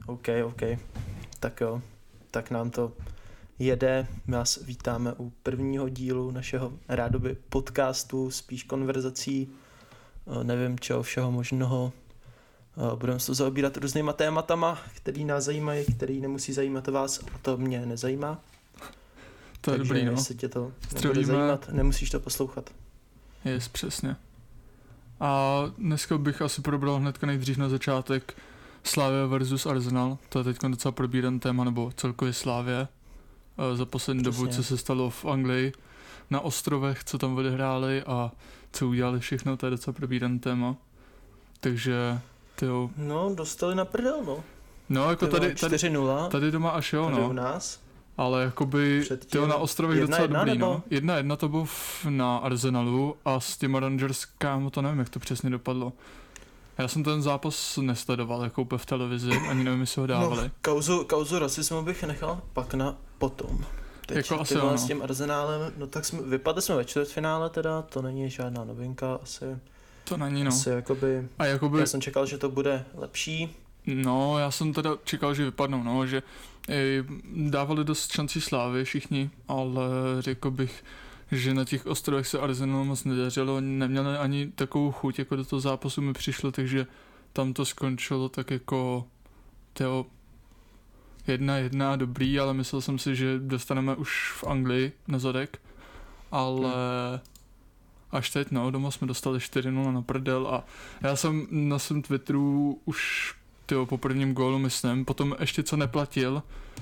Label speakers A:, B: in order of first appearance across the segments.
A: OK. Tak jo, tak nám to jede. My vás vítáme u prvního dílu našeho rádoby podcastu, spíš konverzací, nevím čeho všeho možného. Budeme se zaobírat různýma tématama, který nás zajímají, který nemusí zajímat vás, a to mě nezajímá.
B: To je dobrý, no.
A: Jestli tě to nebude zajímat, nemusíš to poslouchat.
B: Jest, přesně. A dneska bych asi probral hnedka nejdřív na začátek Slavia versus Arsenal. To je teď docela probíraný téma, nebo celkově Slavie. Za poslední dobu, co se stalo v Anglii, na ostrovech, co tam odehráli a co udělali všechno, to je docela probíraný téma. Takže, tyjo.
A: No, dostali na prdel, no.
B: No, jako tady
A: 4-0.
B: Tady doma až jo,
A: tady
B: no.
A: u nás.
B: Ale jakoby, tyjo, na ostrovech docela dobrý,
A: nebo?
B: no. 1-1 to bylo na Arsenalu a s těma Rangers, kámo, to nevím, jak to přesně dopadlo. Já jsem ten zápas nesledoval, jako úplně v televizi, ani nevím, jestli ho dávali.
A: No, kauzu rasismu bych nechal pak na potom. Teď
B: jako asi
A: s tím Arsenálem, no tak vypadli jsme ve čtvrtfinále teda, to není žádná novinka, asi.
B: To není, no.
A: Asi jakoby, já jsem čekal, že to bude lepší.
B: No, já jsem teda čekal, že vypadnou, no, že dávali dost šancí Slávy všichni, ale řekl bych, že na těch ostrovech se Arsenal moc nedařilo, neměli ani takovou chuť, jako do toho zápasu mi přišlo, takže tam to skončilo tak jako 1-1 dobrý, ale myslel jsem si, že dostaneme už v Anglii na zadek, ale až teď, no, doma jsme dostali 4-0 na prdel a já jsem na svém Twitteru už po prvním gólu myslím, potom ještě co neplatil,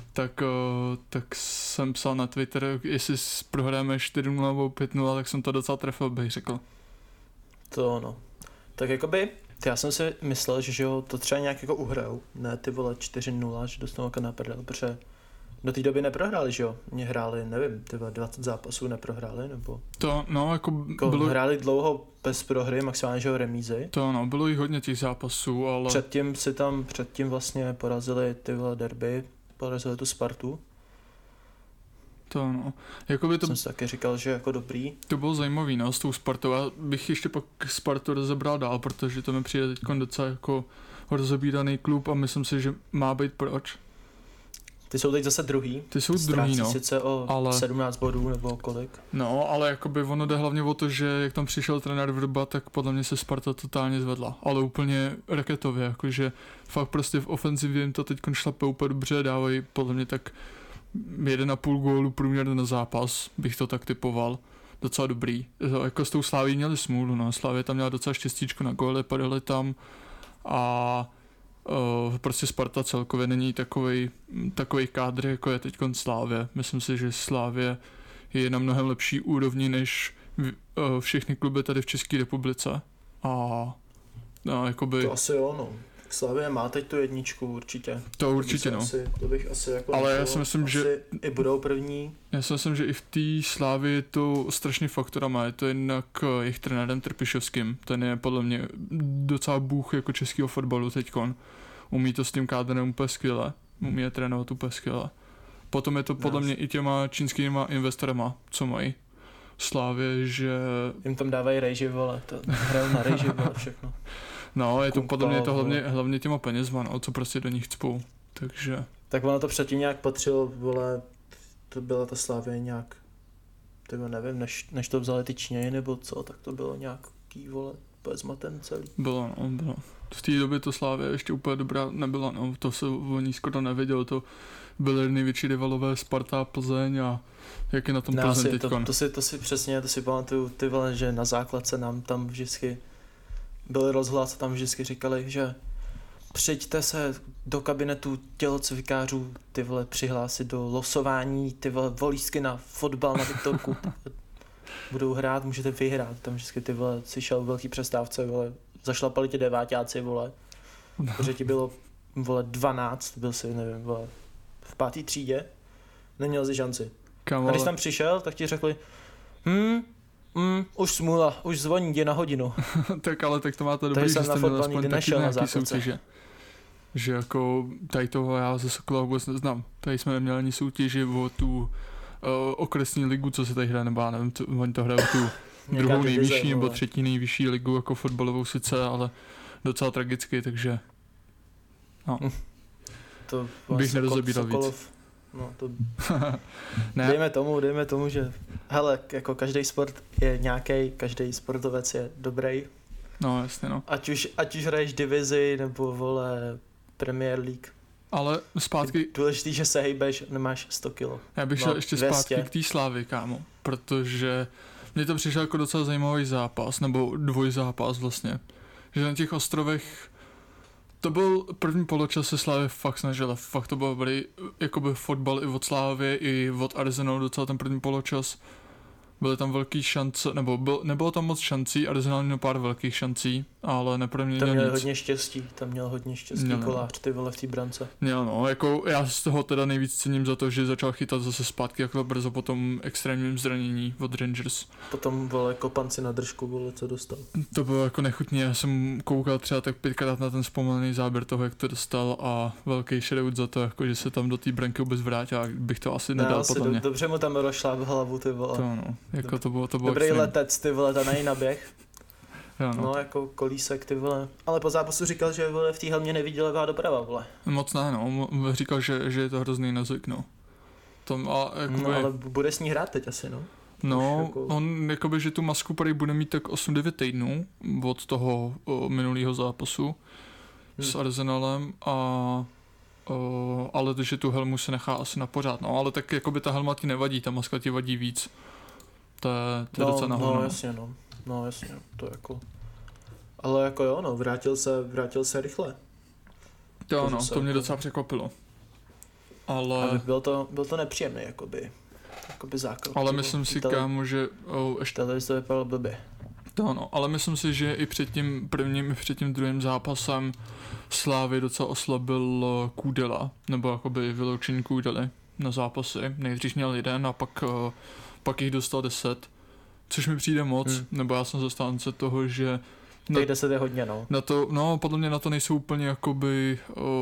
B: tak jsem psal na Twitter, jestli prohráme 4-0 nebo 5-0, tak jsem to docela trefil, bych řekl.
A: To no. Tak jakoby, já jsem si myslel, že jo, to třeba nějak jako uhrajou, ne ty vole 4-0, že dostanou jako na prdel, protože do té doby neprohráli, že jo? Mě hráli, nevím, ty 20 zápasů neprohráli, nebo...
B: To, no, jako bylo...
A: Hráli dlouho bez prohry, maximálně, že jo, remízy.
B: To, no, bylo jich hodně těch zápasů, ale...
A: Předtím vlastně porazili ty derby, porazili tu Spartu.
B: To, no. Jakoby to...
A: Jsem si taky říkal, že jako dobrý.
B: To bylo zajímavý, no, s tou Spartou. Já bych ještě pak Spartu rozebral dál, protože to mi přijde teď docela jako rozebíraný klub a myslím si, že má být proč.
A: Ty jsou teď zase druhý.
B: Ty jsou druhý, no.
A: Sice o 17 bodů nebo kolik.
B: No, ale jakoby ono jde hlavně o to, že jak tam přišel trenér Vrba, tak podle mě se Sparta totálně zvedla. Ale úplně raketově, jakože fakt prostě v ofenzivě jim to teď šlape úplně dobře, dávají podle mě tak 1,5 gólu průměr na zápas, bych to tak typoval. Docela dobrý. Jako s tou Slaví měli smůlu, no. Slavě tam měla docela štěstíčko na góly, padaly tam a prostě Sparta celkově není takovej kádr, jako je teď Slávě. Myslím si, že Slávě je na mnohem lepší úrovni než všechny kluby tady v České republice. A jakoby...
A: To asi jo, no. Slavě má teď tu jedničku určitě.
B: To určitě, no.
A: To bych asi jako...
B: Ale já si myslím, že...
A: I budou první.
B: Já si myslím, že i v té Slávě je to strašně faktorama. Je to jinak jejich trenérem Trpišovským. Ten je podle mě docela bůh jako českého fotbalu teďkon. Umí to s tím kádrem úplně skvěle. Umí je trénovat úplně skvěle. Potom je to podle mě i těma čínskýma investorama, co mají Slávě, že...
A: Jim tam dávají rejži, vole. To hrajou na rejži, vole, všechno.
B: No, je to podle mě to hlavně těma penězma, no, co prostě do nich cpou, takže...
A: Tak ono to předtím nějak patřilo, vole, to byla ta Slavie nějak, tego nevím, než to vzali ty Číňani nebo co, tak to bylo nějaký, vole, úplně zmaten celý.
B: Bylo. V té době to Slavie ještě úplně dobrá nebyla, no, to se o ní skoro nevědělo, to byly největší rivalové Sparta, Plzeň a jak je na tom Plzeň teďkon.
A: To si pamatuju, ty vole, že na základce nám tam vždycky byl rozhlas, tam vždycky říkali, že přijďte se do kabinetu tělocvikářů, ty vole, přihlásit do losování, ty vole, volístky na fotbal, na Viktorku, budou hrát, můžete vyhrát, tam vždycky ty vole, si šel v velký přestávce, vole, zašlapali ti deváťáci, vole, protože ti bylo, vole, 12, byl si, nevím, vole, v 5. třídě, neměl si šanci. A když tam přišel, tak ti řekli, už smůla, už zvoní tě na hodinu.
B: Tak ale tak to máte dobrý, že jste měli aspoň taky nějaký soutěže. Že jako tady toho já ze Sokola vůbec neznám. Tady jsme neměli ani soutěži o tu okresní ligu, co se tady hraje, nebo já nevím, oni to hrajou tu druhou nejvyšší nebo třetí nejvyšší ligu jako fotbalovou sice, ale docela tragicky, takže no.
A: To
B: bych
A: vlastně
B: nerozebíral víc.
A: No to
B: Ne,
A: dejme tomu, že hele, jako každý sport je nějaký, každý sportovec je dobrý.
B: no jasně no.
A: Ať už hraješ divizi nebo vole Premier League.
B: Ale zpátky,
A: Důležitý, že se hejbeš, nemáš 100 kilo.
B: já bych
A: No,
B: šel ještě
A: 200.
B: zpátky k té Slávy, kámo, protože mně to přišel jako docela zajímavý zápas, nebo dvojzápas vlastně, že na těch ostrovech to byl první poločas, se Slávy fakt snažila, fakt to byl dobrý, jakoby fotbal i od Slávy, i od Arsenalu docela ten první poločas. Byly tam velký šance, nebylo tam moc šancí, Arsenal měl pár velkých šancí, ale neproměnil
A: Tam měl
B: nic.
A: hodně štěstí
B: No.
A: Kolář, ty vole v té brance.
B: Měl no, jako já z toho teda nejvíc cením za to, že začal chytat zase zpátky jako brzo po tom extrémním zranění od Rangers.
A: Potom vole kopanci na držku, vole, co dostal.
B: To bylo jako nechutně, já jsem koukal třeba tak 5krát na ten zpomalený záběr toho, jak to dostal a velký shoutout za to, jako že se tam do té branky vůbec vrátil, a bych to asi nedal podle mě.
A: Dobře mu tam rošla v hlavu, ty vole.
B: To no, jako to bylo
A: Dobrý
B: extrém.
A: letec, ty vole, ta naběh.
B: Jo, no.
A: No, jako kolísek, ty vole. Ale po zápasu říkal, že vole v té helmě nevidí levá doprava, vole.
B: Moc ne, no, říkal, že je to hrozný nezvyk, no. Tom, a jakoby,
A: No, ale bude s ní hrát teď asi, no.
B: no,
A: už jako-
B: on jakoby, že tu masku prý bude mít tak 8-9 týdnů od toho minulého zápasu s Arsenalem ale to, že tu helmu se nechá asi na pořád, no, ale tak jakoby ta helma ti nevadí, ta maska ti vadí víc. To je docela nahoru.
A: No, jasně, no. No, jasně, to jako... Ale jako jo, no, vrátil se rychle.
B: Jo, no,
A: zase
B: to mě
A: jako-
B: docela překvapilo.
A: Ale
B: Ale,
A: byl to nepříjemný, jakoby zákrok.
B: ale myslím si, kámo, že ještě
A: Televize to vypadalo blbě.
B: to no, ale myslím si, že i před tím prvním, i před tím druhým zápasem Slávy docela oslabil Kůdela, nebo jakoby vyloučení Kůdely na zápasy. Nejdřív měl jeden a pak jich dostal 10, což mi přijde moc, nebo já jsem zastánce toho, že
A: Těch 10 je hodně, no.
B: na to, no podle mě na to nejsou úplně jakoby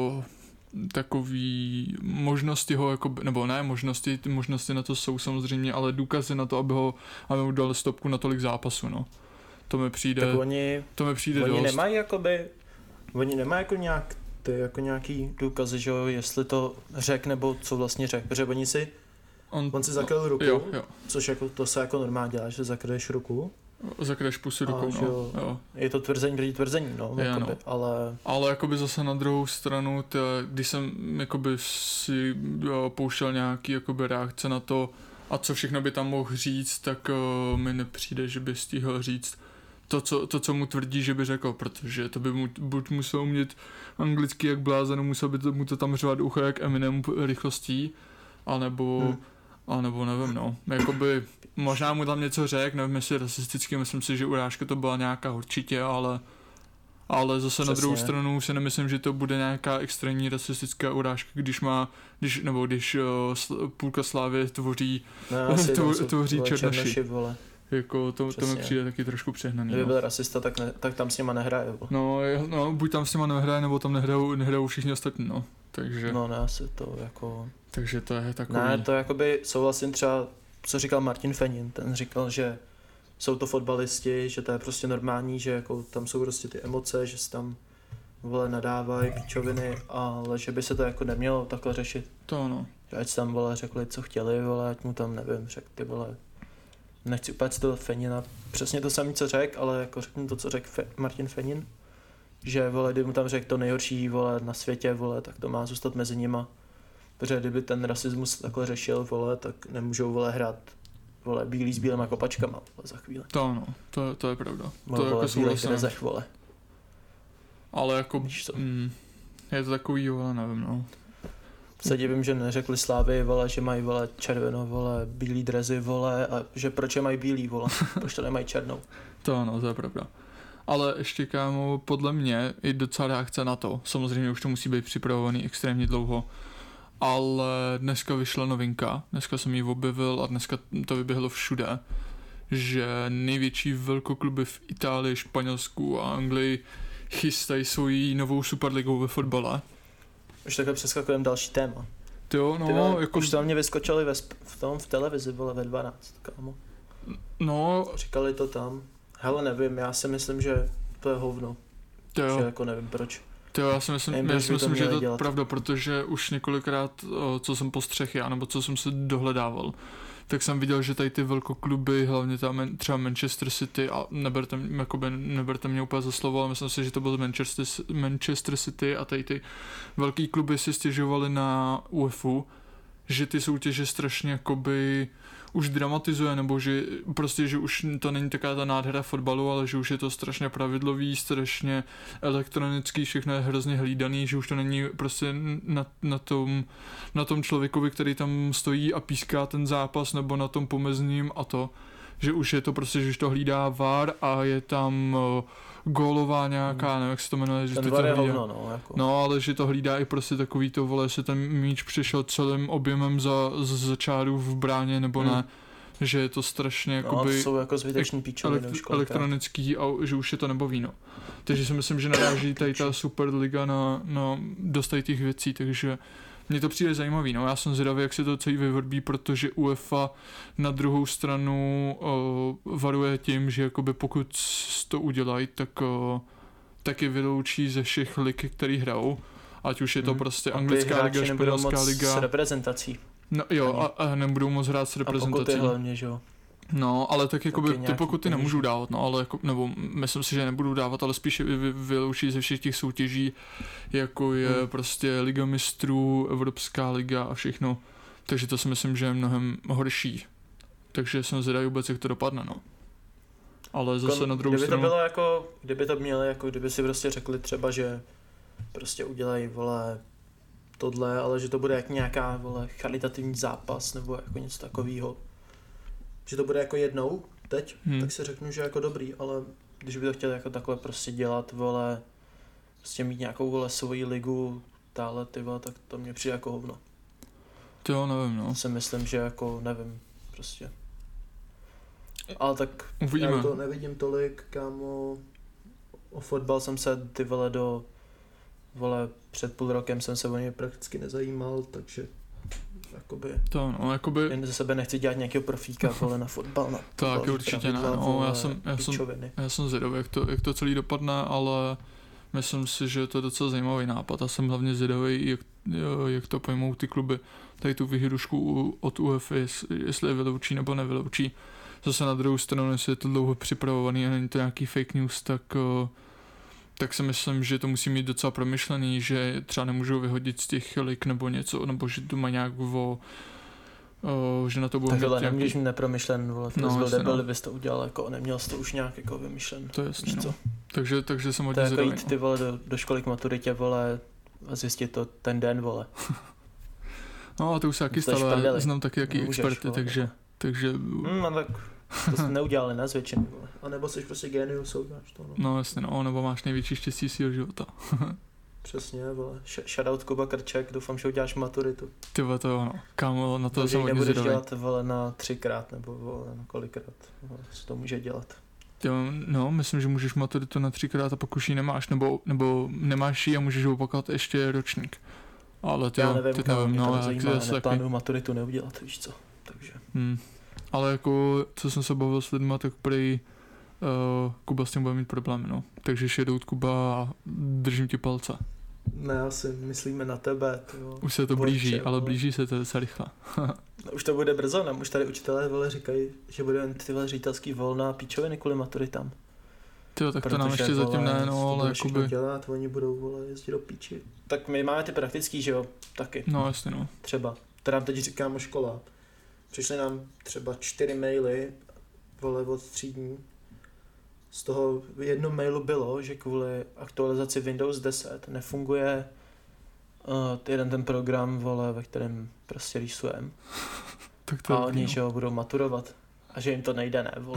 B: takový možnosti ho, jakoby, nebo ne možnosti, ty možnosti na to jsou samozřejmě, ale důkazy na to, aby mu dali stopku na tolik zápasů, no. To mi přijde,
A: Tak oni
B: dost.
A: nemají jakoby, oni nemají jako nějak, ty jako nějaký důkazy, že jo, jestli to řek nebo co vlastně řek, protože on si zakryl ruku,
B: jo.
A: což jako to se jako normálně dělá, že zakryješ ruku.
B: Zakryješ pusy rukou,
A: že
B: no. Jo.
A: Je to tvrzení proti tvrzení, no,
B: Je,
A: jakoby,
B: no.
A: ale...
B: Ale jakoby zase na druhou stranu, když jsem jakoby si pouštěl nějaký jakoby reakce na to, a co všechno by tam mohl říct, tak mi nepřijde, že by stihl říct to, co mu tvrdí, že by řekl, protože to by buď musel umět anglicky jak blázen, musel by mu to tam řovat ucho jak Eminem rychlostí, anebo nevím, no. Jakoby možná mu tam něco řek, nevím jestli rasisticky, myslím si, že urážka to byla nějaká určitě, ale zase
A: Přesně.
B: na druhou stranu si nemyslím, že to bude nějaká extrémní rasistická urážka, když půlka Slávy tvoří černoši.
A: Vole.
B: Jako to mi přijde taky trošku přehnaný.
A: Kdyby
B: No.
A: byl rasista, tak tam s nima nehraje. Vole.
B: No, buď tam s nima nehraje, nebo tam nehrajou všichni ostatní, no. Takže,
A: No ne, asi to jako...
B: takže to je takový...
A: Ne, to jakoby souhlasím třeba, co říkal Martin Fenin, ten říkal, že jsou to fotbalisti, že to je prostě normální, že jako tam jsou prostě ty emoce, že se tam vole nadávají pičoviny, ale že by se to jako nemělo takhle řešit.
B: To no.
A: Že ať tam vole řekli, co chtěli, vole, ať mu tam nevím, řekl ty vole. Nechci úplně to Fenina přesně to samé, co řekl, ale jako řeknu to, co řekl Martin Fenin, že vole, kdyby mu tam řekl to nejhorší vole na světě, vole, tak to má zůstat mezi nima. Protože kdyby ten rasismus takhle řešil, vole, tak nemůžou vole hrát vole bílý s bílýma kopačkama vole, za chvíli.
B: To no, to je pravda.
A: Vole,
B: To
A: vole,
B: jako
A: v bílých
B: souhlasím.
A: drezech, vole.
B: Ale jako,
A: Víš co?
B: je to takový, vole, nevím, no.
A: Se divím, že neřekli Slávy, vole, že mají, vole, červeno, vole, bílý drezy, vole, a že proč je mají bílý, vole, proč to nemají černou.
B: To ano, to je pravda. Ale ještě, kámo, podle mě i docela reakce na to. Samozřejmě už to musí být připravovaný extrémně dlouho. Ale dneska vyšla novinka, dneska jsem ji objevil a dneska to vyběhlo všude, že největší velkokluby v Itálii, Španělsku a Anglii chystají svoji novou superligou ve fotbale.
A: Už takhle přeskakujeme další téma.
B: Jo, no,
A: Ty vole,
B: jako...
A: už to na mě vyskočili v televizi, vole, ve 12, kámo.
B: No,
A: Říkali to tam. Hele, nevím, já si myslím, že to je hovno.
B: to
A: Že
B: jo.
A: jako nevím proč.
B: Já si myslím,
A: Nevím, proč by to
B: že je
A: měli
B: to
A: dělat.
B: pravda, protože už několikrát, co jsem postřeh já, nebo co jsem se dohledával, tak jsem viděl, že tady ty velkokluby, hlavně třeba Manchester City, a neberte mě úplně za slovo, ale myslím si, že to byl Manchester City a tady ty velký kluby si stěžovali na UEFu, že ty soutěže strašně jakoby už dramatizuje, nebo že prostě, že už to není taková ta nádhera fotbalu, ale že už je to strašně pravidlový, strašně elektronický, všechno je hrozně hlídaný, že už to není prostě na tom člověkovi, který tam stojí a píská ten zápas, nebo na tom pomezním a to, že už je to prostě, že už to hlídá VAR a je tam gólová nějaká, nevím, jak se to jmenuje, že
A: ten
B: to
A: VAR je
B: hlídá.
A: hovno, no, jako.
B: No, ale že to hlídá i prostě takový to, vole, se ten míč přišel celým objemem za čáru v bráně, nebo ne, že je to strašně
A: No,
B: jakoby
A: to jsou jako zbytečný píčoviny už kolikrát.
B: elektronický a že už je to nebaví, no. Takže si myslím, že naráží tady ta Superliga na dost těch věcí, takže mně to přijde zajímavý, no. Já jsem zvědavý, jak se to celý vyvrbí, protože UEFA na druhou stranu varuje tím, že jakoby pokud to udělají, tak je vyloučí ze všech lig, který hrajou, ať už je to prostě anglická liga, španělská liga.
A: S reprezentací.
B: No jo, a nebudou moc hrát s reprezentací.
A: A pokuty hlavně, že jo.
B: No, ale tak jakoby ty pokuty
A: peníze.
B: nemůžu dávat, no, ale jako, nebo myslím si, že nebudu dávat, ale spíše vyloučí ze všech těch soutěží, jako je prostě Liga mistrů, Evropská liga a všechno. Takže to si myslím, že je mnohem horší. Takže jsem zvědavý vůbec, jak to dopadne, no. Ale zase na druhou stranu...
A: Kdyby si prostě řekli třeba, že prostě udělají, vole, tohle, ale že to bude jak nějaká, vole, charitativní zápas, nebo jako něco takového. Že to bude jako jednou, teď, tak si řeknu, že jako dobrý, ale když by to chtěli jako takhle prostě dělat, vole, prostě mít nějakou, vole, svoji ligu, táhle, ty vole, tak to mě přijde jako hovno.
B: To nevím, no.
A: To si myslím, že jako, nevím, prostě. Ale tak
B: uvidíme.
A: Já to nevidím tolik, kámo. O fotbal jsem se, ty vole, před půl rokem jsem se o něj prakticky nezajímal, takže jakoby... Jen ze sebe nechci dělat nějakého profíka, vole, na fotbal. Na
B: tak určitě ne, no, já jsem zvědavý, jak to celý dopadne, ale myslím si, že to je docela zajímavý nápad a jsem hlavně zvědavý, jak to pojmou ty kluby, tady tu výhrušku od UEFA, jestli je vyloučí nebo nevyloučí. Zase na druhou stranu, jestli je to dlouho připravovaný a není to nějaký fake news, tak si myslím, že to musí mít docela promyšlený, že třeba nemůžou vyhodit z těch lig nebo něco, nebo že to má nějak že na to budou
A: mít
B: nějaký...
A: nemůžeš mít nepromyšlen, vole, to byl debil, bys to udělal, jako neměl jsi to už nějak jako vymyšlen.
B: To je jasný, no. Takže jsem
A: hodně
B: zvědavý.
A: To je jako jít ty, vole, do školy k maturitě, vole, a zjistit to ten den, vole.
B: No a to už se taky stalo, já znám taky jaký experty, vole, takže...
A: tak to jsi neudělali, ne, z většiny, vole. A nebo jsi prostě genius, máš to, no.
B: No jasně, no, nebo máš největší štěstí svýho života.
A: Přesně, vole. Shoutout Kuba Krček, doufám, že uděláš maturitu.
B: Ty vole, to jo, no. Kámo, na to jsem hodně zvědavý.
A: Nebudeš dělat, vole, na 3krát, nebo, vole, na kolikrát, vole, co to může dělat.
B: No, myslím, že můžeš maturitu na 3krát a pokud ji nemáš, nebo nemáš ji a můžeš opakovat ještě ročník. Ale
A: já nevím,
B: no,
A: já neplánuju maturitu neudělat, víš co, takže.
B: Ale jako, co jsem se bavil s lidma, tak prý Kuba s tím bude mít problémy, no. Takže shoutout Kuba a držím ti palce.
A: Ne, asi myslíme na tebe, jo.
B: Už se to blíží, ale blíží se to docela rychle.
A: No, už to bude brzo, nám už tady učitelé, vole, říkají, že bude jen ty, vole, ředitelský volna a píčoviny kvůli maturitám.
B: Tyjo, tak to nám ještě zatím ne, no, ale jakoby...
A: dělat, oni budou, vole, jezdit do píči. Tak my máme ty praktický, že jo, taky.
B: No, jasně, no.
A: Třeba, to nám teď říkám o školách. Přišly nám třeba 4 maily, vole, od 3 dní. Z toho v jednom mailu bylo, že kvůli aktualizaci Windows 10 nefunguje jeden ten program, vole, ve kterém prostě rýsujeme. A oni, že ho budou maturovat. A že jim to nejde, ne, vole.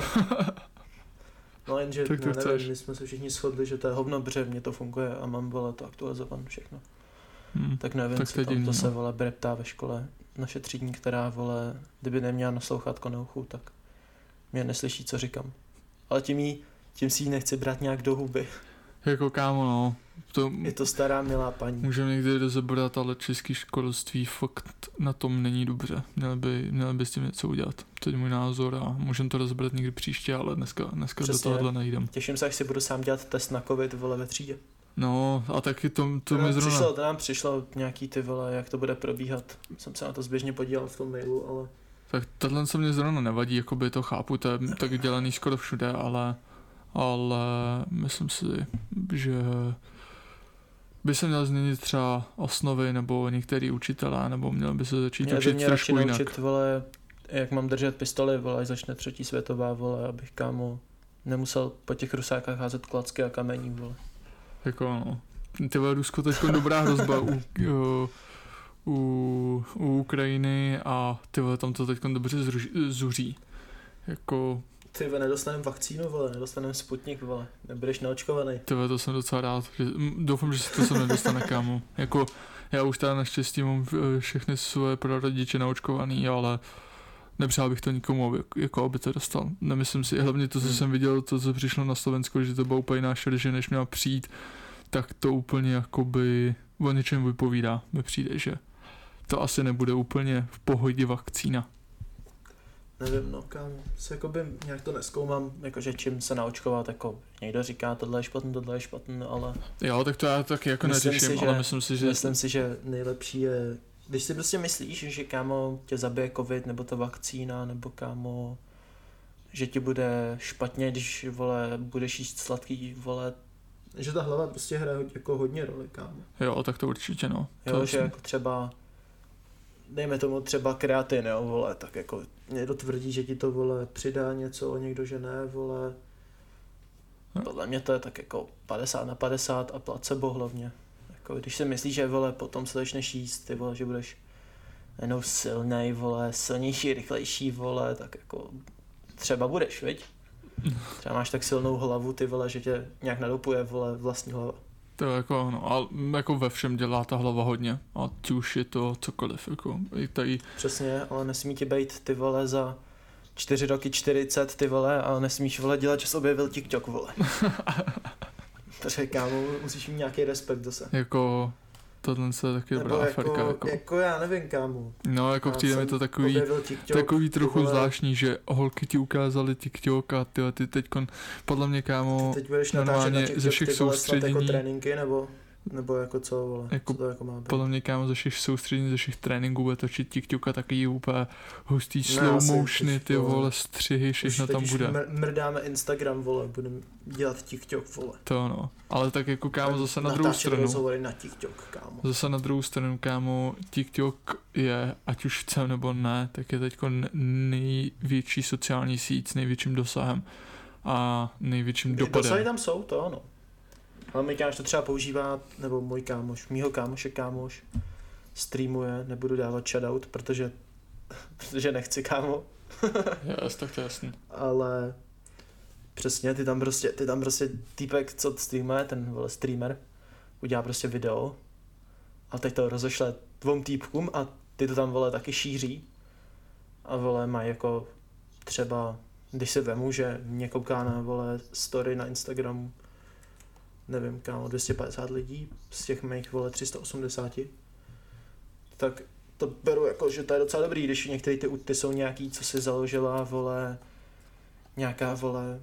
A: No jenže, nevím, my jsme se všichni shodli, že to je hovno, protože mě to funguje a mám, vole, to aktualizovat všechno. Tak nevím, tak co tam to se, vole, breptá ve škole. Naše třídní, která, vole, kdyby neměla naslouchátko na uchu, tak mě neslyší, co říkám. Ale tím si ji nechci brát nějak do huby.
B: Jako kámo, no.
A: Je to stará milá paní.
B: Můžeme někdy rozebrat, ale český školství fakt na tom není dobře. Měli by s tím něco udělat. To je můj názor a můžeme to rozebrat někdy příště, ale dneska do tohohle nejdem.
A: Těším se, až si budu sám dělat test na covid, vole, ve třídě.
B: No a taky to mi zrovna...
A: To nám přišlo nějaký ty vole, jak to bude probíhat. Jsem se na to zběžně podíval v tom mailu, ale...
B: Tak tohle se mě zrovna nevadí, jakoby to chápu, to je tak dělaný skoro všude, ale myslím si, že by se měl změnit třeba osnovy nebo některý učitelé, nebo měl by se začít učit trošku jinak.
A: Naučit, vole, jak mám držet pistoli, vole, až začne 3. světová, vole, abych, kámo, nemusel po těch Rusákách házet klacky a kamení, vole.
B: Jako no, ty vole, Rusko to je dobrá hrozba u Ukrajiny a ty vole, tam to teď dobře zuří. Jako...
A: Ty vole, nedostaneme vakcínu, vole, nedostaneme Sputnik, vole, nebudeš naočkovaný.
B: Ty vole, to jsem docela rád, doufám, že se to sem nedostane, kámo. Jako, já už tady naštěstí mám všechny své prarodiče naočkovaný, ale nepřál bych to nikomu, jako aby to dostal. Nemyslím si, hlavně to, co jsem viděl, to, co přišlo na Slovensko, že to bylo úplně jiná šerže, než měla přijít, tak to úplně jakoby o něčem vypovídá, mi přijde, že to asi nebude úplně v pohodě vakcína.
A: Nevím, no, kámo, se jakoby nějak to nezkoumám, jakože čím se naočkovat, jako někdo říká, tohle je špatný, ale...
B: Jo, tak to já taky jako neřeším, ale myslím si, že
A: nejlepší je, když si prostě myslíš, že kámo tě zabije covid, nebo ta vakcína, nebo kámo, že ti bude špatně, když, vole, budeš jíst sladký, vole, že ta hlava prostě hraje jako hodně roli, kámo.
B: Jo, tak to určitě, no.
A: Jo, že jako třeba, dejme tomu třeba kreatin, jo, vole, tak jako někdo tvrdí, že ti to, vole, přidá něco, někdo, že ne, vole. Podle mě to je tak jako 50/50 a placebo hlavně. Jako, když si myslíš, že, vole, potom se začneš jíst, ty vole, že budeš jenom silnej, vole, silnější, rychlejší, vole, tak jako třeba budeš, viď? Třeba máš tak silnou hlavu, ty vole, že tě nějak nadopuje, vole, vlastní hlava.
B: To jako, no, ale jako ve všem dělá ta hlava hodně a ti už je to cokoliv, jako i tady... Přesně,
A: ale nesmí ti být, ty vole, za 4 roky 40, ty vole, a nesmíš, vole, dělat, že jsi objevil TikTok, vole. Takže, kámo, musíš mít nějaký respekt zase.
B: Jako, tohle se taky dobrá aferka,
A: jako já nevím, kámo.
B: No, jako přijde mi to takový trochu vole... zvláštní, že holky ti ukázaly TikTok a ty teďkon, podle mě, kámo, normálně ze všech soustředění.
A: Jako tréninky, nebo jako co, vole,
B: jako,
A: co to jako má být?
B: Podle mě, kámo, ze všech soustředění, ze všech tréninků bude točit TikTok a takový úplně hustý slow motiony, ty vole, střihy, všechno tam bude.
A: Mrdáme Instagram, vole, budeme dělat TikTok, vole.
B: To no, ale tak jako, kámo, zase na druhou stranu.
A: Na TikTok, kámo.
B: Zase na druhou stranu, kámo, TikTok je, ať už chcem nebo ne, tak je teďko největší sociální síť s největším dosahem a největším dopadem.
A: Dosahy tam jsou, to ano. Ale můj kámoš to třeba používá, nebo můj kámoš, mýho kámoš streamuje, nebudu dávat shoutout, protože nechci, kámo.
B: Tak to je jasný.
A: Ale přesně, ty tam prostě týpek, co streamuje, ten, vole, streamer, udělá prostě video a teď to rozešle 2 týpkům a ty to tam, vole, taky šíří a, vole, mají jako třeba, když se vemu, že mě kouká na, vole, story na Instagramu, nevím, kámo, 250 lidí z těch mých, vole, 380, tak to beru jako, že to je docela dobrý, když některé ty úty jsou nějaký, co si založila, vole, nějaká, vole,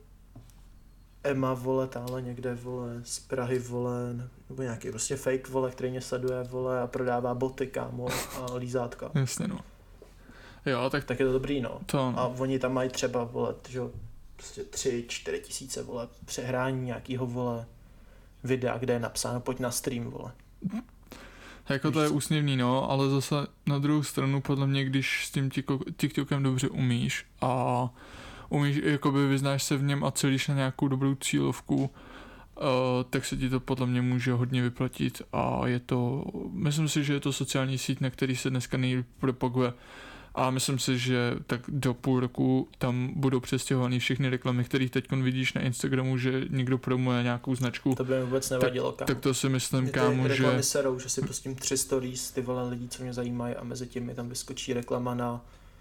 A: Emma, vole, táhle někde, vole, z Prahy, vole, nebo nějaký prostě fake, vole, který mě sleduje, vole, a prodává boty, kámo, a lízátka.
B: Jasně, no. Jo, tak
A: je to dobrý, no.
B: To, no.
A: A oni tam mají třeba, vole, že prostě 3-4 tisíce, vole, přehrání nějakýho, vole, videa, kde je napsáno, pojď na stream, vole.
B: Jako to je úsměvný, no, ale zase na druhou stranu, podle mě, když s tím TikTokem dobře umíš a umíš, jakoby vyznáš se v něm a celíš na nějakou dobrou cílovku, tak se ti to podle mě může hodně vyplatit a je to, myslím si, že je to sociální síť, na který se dneska nejlíp propaguje. A myslím si, že tak do půl roku tam budou přestěhovaný všechny reklamy, které teď vidíš na Instagramu, že někdo promuje nějakou značku.
A: To by mi vůbec nevadilo, kámo.
B: Tak to si myslím, kámo, že...
A: reklamy serou, že si pustím 3 stories, ty vole lidí, co mě zajímají a mezi tím mi tam vyskočí reklama na,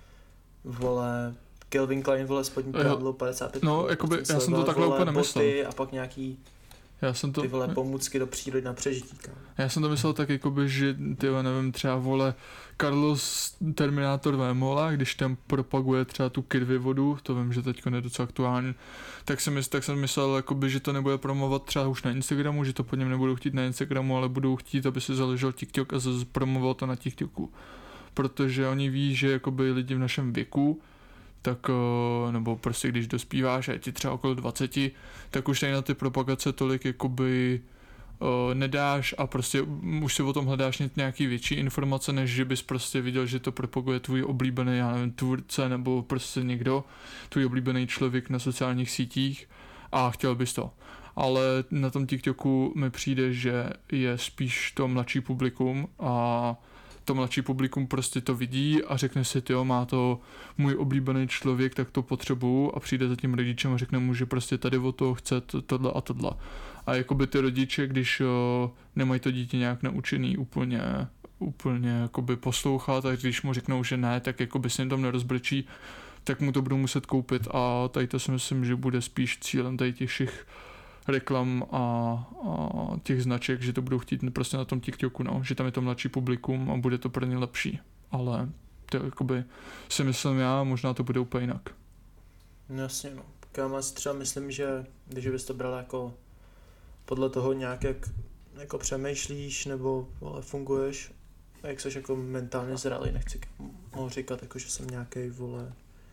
A: vole, Calvin Klein, vole, spodní prádlo 55.
B: No, jakoby, já jsem to takhle úplně nemyslel.
A: A pak nějaký
B: Já jsem to...
A: Ty vole pomůcky do přírody na přežití, kámo.
B: Já jsem to myslel tak jakoby, že tyhle, nevím, třeba vole Carlos Terminator Vémola, když tam propaguje třeba tu kirvi vodu, to vím, že teďko je docela aktuální, tak jsem myslel, jakoby, že to nebude promovat třeba už na Instagramu, že to po něm nebudou chtít na Instagramu, ale budou chtít, aby si založil TikTok a promoval to na TikToku. Protože oni ví, že jakoby lidi v našem věku, tak, nebo prostě když dospíváš a je ti třeba okolo 20, tak už tady na ty propagace tolik jakoby nedáš a prostě už si o tom hledáš nějaký větší informace, než že bys prostě viděl, že to propaguje tvůj oblíbený, já nevím, tvůrce nebo prostě někdo, tvůj oblíbený člověk na sociálních sítích a chtěl bys to. Ale na tom TikToku mi přijde, že je spíš to mladší publikum a to mladší publikum prostě to vidí a řekne si, tyjo, má to můj oblíbený člověk, tak to potřebuju a přijde za tím rodičem a řekne mu, že prostě tady o to chce tohle a tohle. A jakoby ty rodiče, když nemají to dítě nějak naučený úplně jakoby poslouchat a když mu řeknou, že ne, tak jakoby se jim tam nerozbrečí, tak mu to budou muset koupit a tady to si myslím, že bude spíš cílem tady těch všech reklam a těch značek, že to budou chtít prostě na tom TikToku, no, že tam je to mladší publikum a bude to pro ně lepší, ale to jakoby si myslím já, možná to bude úplně jinak.
A: No jasně, no. Já si třeba myslím, že když bys to bral jako podle toho nějak, jak jako přemýšlíš nebo vole, funguješ, jak jsi jako mentálně zralý, nechci mohu říkat, jako, že jsem nějaký vole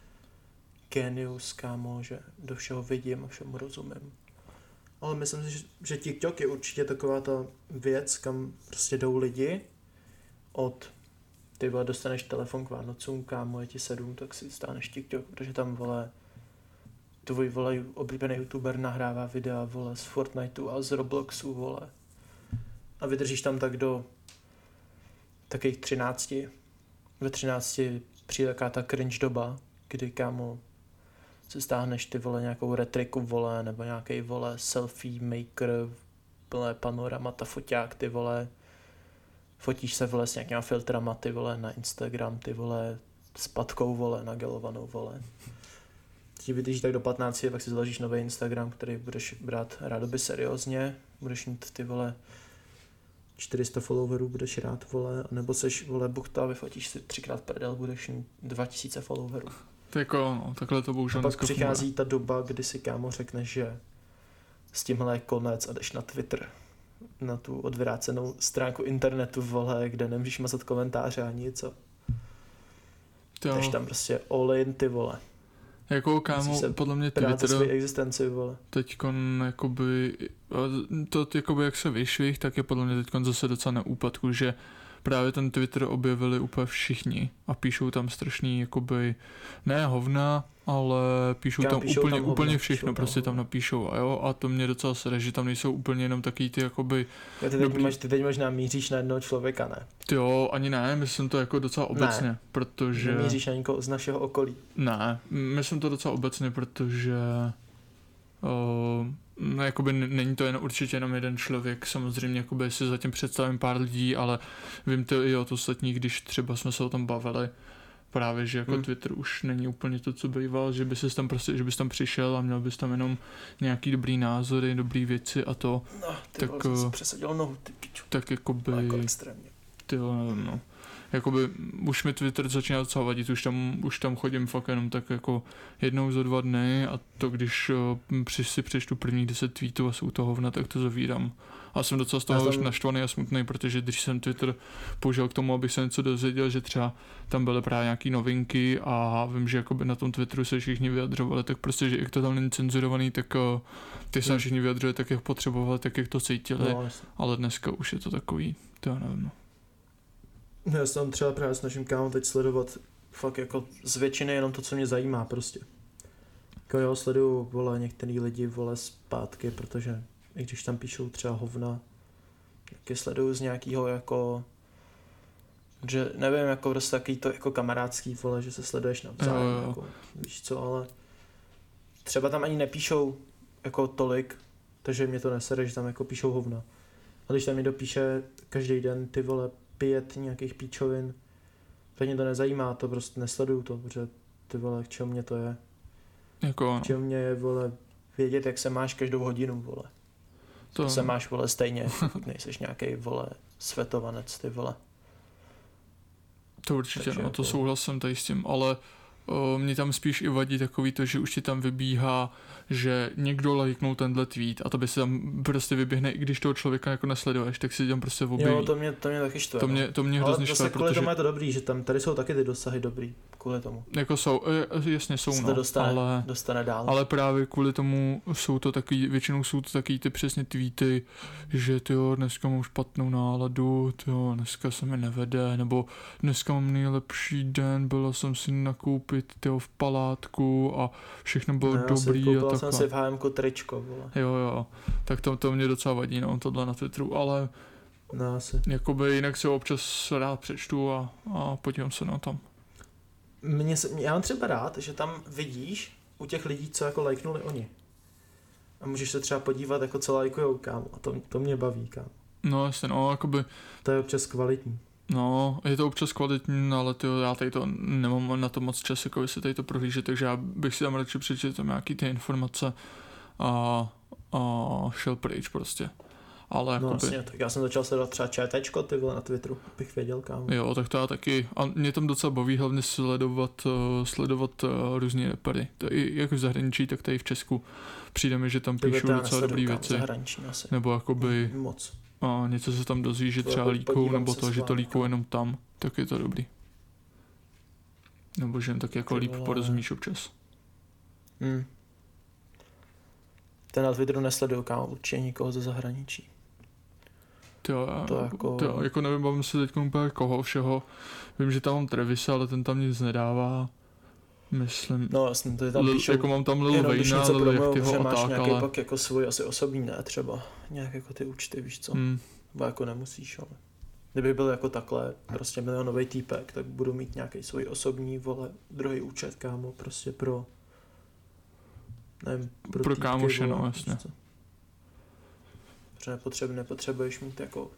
A: genius, kámo, že do všeho vidím a všemu rozumím. Ale myslím si, že TikTok je určitě taková ta věc, kam prostě jdou lidi od ty vole, dostaneš telefon k Vánocům, kámo, je ti 7, tak si stáneš TikTok, protože tam vole tvůj vole oblíbený youtuber nahrává videa vole z Fortniteu a z Robloxu vole a vydržíš tam tak do takových 13. Ve 13 přijde taková ta cringe doba, kdy kámo si stáhneš ty vole nějakou retriku vole nebo nějaký vole selfie maker vole panoramata foťák ty vole fotíš se vole s nějakýma filtrama ty vole na Instagram ty vole s patkou vole nagelovanou vole. Ti vydrží tak do 15, pak si založíš nový Instagram, který budeš brát rádoby seriózně, budeš mít ty vole 400 followerů, budeš rád vole, nebo seš vole buchta, vyfotíš si 3x prdel, budeš mít 2000 followerů.
B: Tak no, takhle to bohužel.
A: A pak přichází ta doba, kdy si kámo řekneš, že s tímhle je konec a jdeš na Twitter, na tu odvrácenou stránku internetu vole, kde nemůžeš mazat komentáře ani nic. Jdeš tam prostě all in ty vole.
B: Jako kámo, podle mě
A: Twitter existenci, vole.
B: Teďkon jakoby, to jakoby jak se vyšvih, tak je podle mě teďkon zase docela na úpadku, že právě ten Twitter objevili úplně všichni a píšou tam strašný jakoby, ne hovna, ale píšou tam úplně všechno, prostě tam napíšou a jo, a to mě docela sere, že tam nejsou úplně jenom takový ty jakoby...
A: Ty teď možná míříš na jednoho člověka, ne?
B: Ty jo, ani ne, myslím to jako docela obecně,
A: ne,
B: protože...
A: Nemíříš na někoho z našeho okolí?
B: Ne, myslím to docela obecně, protože... No, jakoby není to jen určitě jenom jeden člověk, samozřejmě jakoby si zatím představím pár lidí, ale vím to i od ostatních, když třeba jsme se o tom bavili, právě, že jako Twitter už není úplně to, co býval, že bys tam prostě, že bys tam přišel a měl bys tam jenom nějaký dobrý názory, dobrý věci a to.
A: No, ty tak vole, jsem přesadil nohu, ty piču.
B: Tak jakoby...
A: Jako extrémně.
B: Ty nevím, no. Jakoby už mi Twitter začíná docela vadit, už tam chodím fakt jenom tak jako jednou za 2 dny a to když si přečtu prvních 10 tweetů a jsou to hovna, tak to zavírám. A jsem docela z toho už naštvaný a smutný, protože když jsem Twitter použil k tomu, abych se něco dozvěděl, že třeba tam byly právě nějaký novinky a vím, že jakoby na tom Twitteru se všichni vyjadřovali, tak prostě, že jak to tam není cenzurovaný, tak ty se všichni vyjadřovali tak, jak potřebovali, tak, jak to cítili, no, ale dneska už je to takový, to já nevím.
A: Já se tam třeba právě snažím kámo teď sledovat fakt jako z většiny jenom to, co mě zajímá prostě. Jako jo, sleduju vole některý lidi vole zpátky, protože i když tam píšou třeba hovna, tak je sleduju z nějakého jako, že nevím, jako prostě takový to jako kamarádský vole, že se sleduješ navzájem, jako, víš co, ale třeba tam ani nepíšou jako tolik, takže mě to nesere, že tam jako píšou hovna. A když tam někdo píše každý den ty vole 5 nějakých píčovin, tak mě to nezajímá, to prostě nesleduju to, protože ty vole, k čemu mě to je?
B: Jako
A: k čemu mě je, vole, vědět, jak se máš každou hodinu, vole. To se máš, vole, stejně, pokud nejseš nějaký, vole, světovanec, ty vole.
B: To určitě,
A: Takže
B: no, to
A: jako...
B: souhlasím tady s tím, ale mě tam spíš i vadí takový to, že už ti tam vybíhá, že někdo lajknul tenhle tweet a to by se tam prostě vyběhne, i když toho člověka jako nesleduješ, tak si tam prostě objeví.
A: Jo, to mě taky štve.
B: To mě hrozně štve,
A: protože... kvůli tomu je to dobrý, že tam tady jsou taky ty dosahy dobrý, kvůli tomu.
B: Jako jsou, jasně jsou,
A: no, dostane dál.
B: Ale právě kvůli tomu jsou to takový, většinou jsou to takový ty přesně tweety, že tyjo, dneska mám špatnou náladu, tyjo, dneska se mi nevede, nebo dneska mám nejlepší den, byla jsem si nakoupit tyjo, v palátku a všechno bylo dobrý a takhle.
A: Jsem si v HMku tričko, vole.
B: Jo, tak to mě docela vadí, no, tohle na Twitteru, ale
A: no, asi.
B: Jakoby jinak si ho občas rád přečtu a podívám se na tam.
A: Já mám třeba rád, že tam vidíš u těch lidí, co jako lajknuli oni. A můžeš se třeba podívat, jako co lajkujou, kámo. A to mě baví, kámo.
B: No jasně, no, jakoby...
A: To je občas kvalitní.
B: No, je to občas kvalitní, ale tyjo, já tady to nemám na to moc čas, jako si tady to prohlížet, takže já bych si tam radši přečetl tam nějaký ty informace a šel pryč prostě. Ale
A: no
B: jakoby...
A: jasně, tak já jsem začal sledovat třeba ČTčko, ty vole, na Twitteru, abych věděl, kámo.
B: Jo, tak to já taky. A mě tam docela baví hlavně sledovat různý repery. To i jak v zahraničí, tak tady v Česku. Přijde mi, že tam píšou docela dobrý věci. Nebo jakoby
A: moc.
B: A něco se tam dozví, že třeba líkou, nebo to, že to líkou jenom tam, tak je to dobrý. Nebo že jen tak jako líp porozumíš občas.
A: Ten na Twitteru nesleduju, kámo, určitě nikoho ze zahraničí.
B: To jako nevím, bavím se teď úplně koho všeho. Vím, že tam mám Travise, ale ten tam nic nedává. Myslím.
A: No jasně, to je tam píšou.
B: Jako mám tam Lil Wayna, Lil Yachtyho a tak,
A: nějaký
B: ale...
A: pak jako svůj asi osobní, ne třeba. Nějak jako ty účty, víš co. Bo jako nemusíš, ale... Kdyby byl jako takhle, prostě milionový týpek, tak budu mít nějaký svůj osobní, vole, druhý účet, kámo, prostě pro... Nevím, pro týpky,
B: kámoše,
A: vole,
B: no jasně.
A: Protože nepotřebuješ mít jako...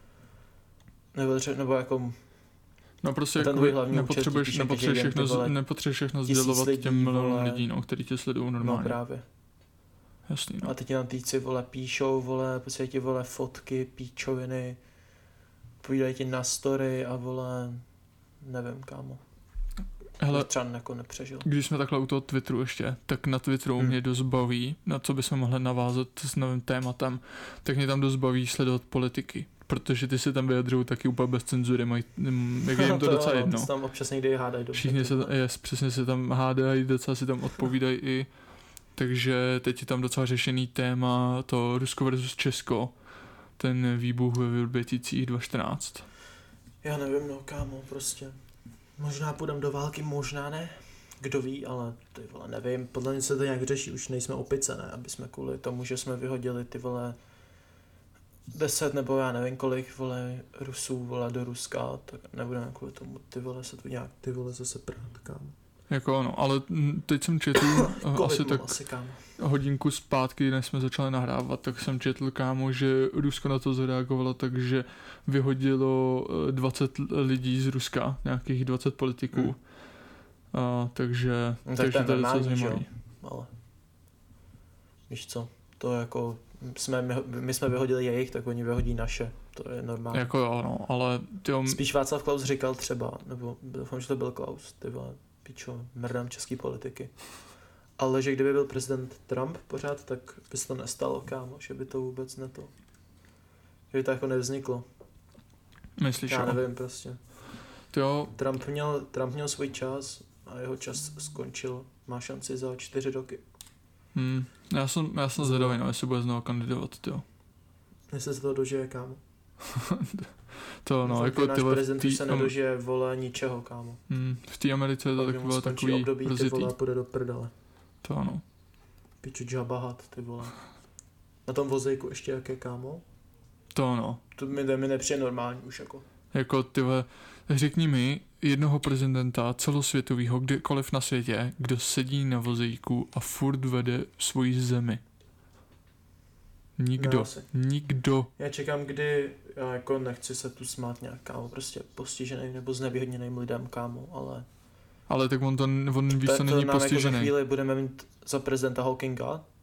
A: Nebo jako...
B: No prostě
A: ten
B: jako nepotřebuješ všechno sdělovat těm milionům lidí, no, který tě sledují normálně.
A: No právě.
B: Jasný, no.
A: A teď nám týci, vole, píšou, vole, prostě ti, vole, fotky, píčoviny, povídají ti na story a, vole, nevím, kámo.
B: Hele,
A: třeba jako nepřežil.
B: Když jsme takhle u toho Twitteru ještě, tak na Twitteru mě dost baví, na co bychom mohli navázat s novým tématem, tak mě tam dost baví sledovat politiky. Protože ty se tam vyjadřují taky úplně bez cenzury, jak je jim to docela jedno.
A: Tam občas někdy hádají.
B: Všichni přesně se tam hádají, docela si tam odpovídají i. Takže teď je tam docela řešený téma to Rusko versus Česko. Ten výbuch ve Vrběticích 2014.
A: Já nevím, no kámo, prostě. Možná půjdem do války, možná ne. Kdo ví, ale ty vole, nevím. Podle mě se to nějak řeší, už nejsme opice, ne? Aby jsme kvůli tomu, že jsme vyhodili ty vole 10 nebo já nevím kolik, vole, Rusů, vole, do Ruska, tak nebudeme kvůli tomu, ty vole, se tu nějak, ty vole, zase prát, kámo.
B: Jako no, ale teď jsem četl asi tak hodinku zpátky, než jsme začali nahrávat, tak jsem četl, kámo, že Rusko na to zareagovalo, takže vyhodilo 20 lidí z Ruska, nějakých 20 politiků. Takže
A: to je
B: to docela zajímavý.
A: Ale víš co, to jako my jsme vyhodili jejich, tak oni vyhodí naše, to je normální.
B: Jako jo, no, ale
A: spíš Václav Klaus říkal třeba, nebo doufám, že to byl Klaus, ty vole, pičo, mrdám český politiky. Ale že kdyby byl prezident Trump pořád, tak by se to nestalo, kámo, že by to vůbec neto. Že by to jako nevzniklo.
B: Myslíš,
A: já nevím prostě.
B: Jo.
A: Trump měl svůj čas a jeho čas skončil. Má šanci za 4 roky.
B: Já jsem zvědavý, no, jestli bude znovu kandidovat, jo.
A: Jestli se to dožije, kámo.
B: To no, jako
A: náš prezident už se nedožije, vole, ničeho, kámo.
B: V té Americe je to takový
A: období, ty vole, půjde do prdele.
B: To ano.
A: Piču Jabahat, ty vole. Na tom vozejku ještě jaké, kámo?
B: To ano.
A: To mi nepřijde normální už jako.
B: Jako ty vole, řekni mi jednoho prezidenta celosvětového, kdekoliv na světě, kdo sedí na vozejku a furt vede svoji zemi. Nikdo.
A: Já čekám, kdy, já jako nechci se tu smát nějak, kámo, prostě postiženým nebo znevýhodněným lidem, kámo, ale...
B: Ale tak on víš, co není postižený.
A: Jako za chvíli budeme mít za prezidenta Hawkinga,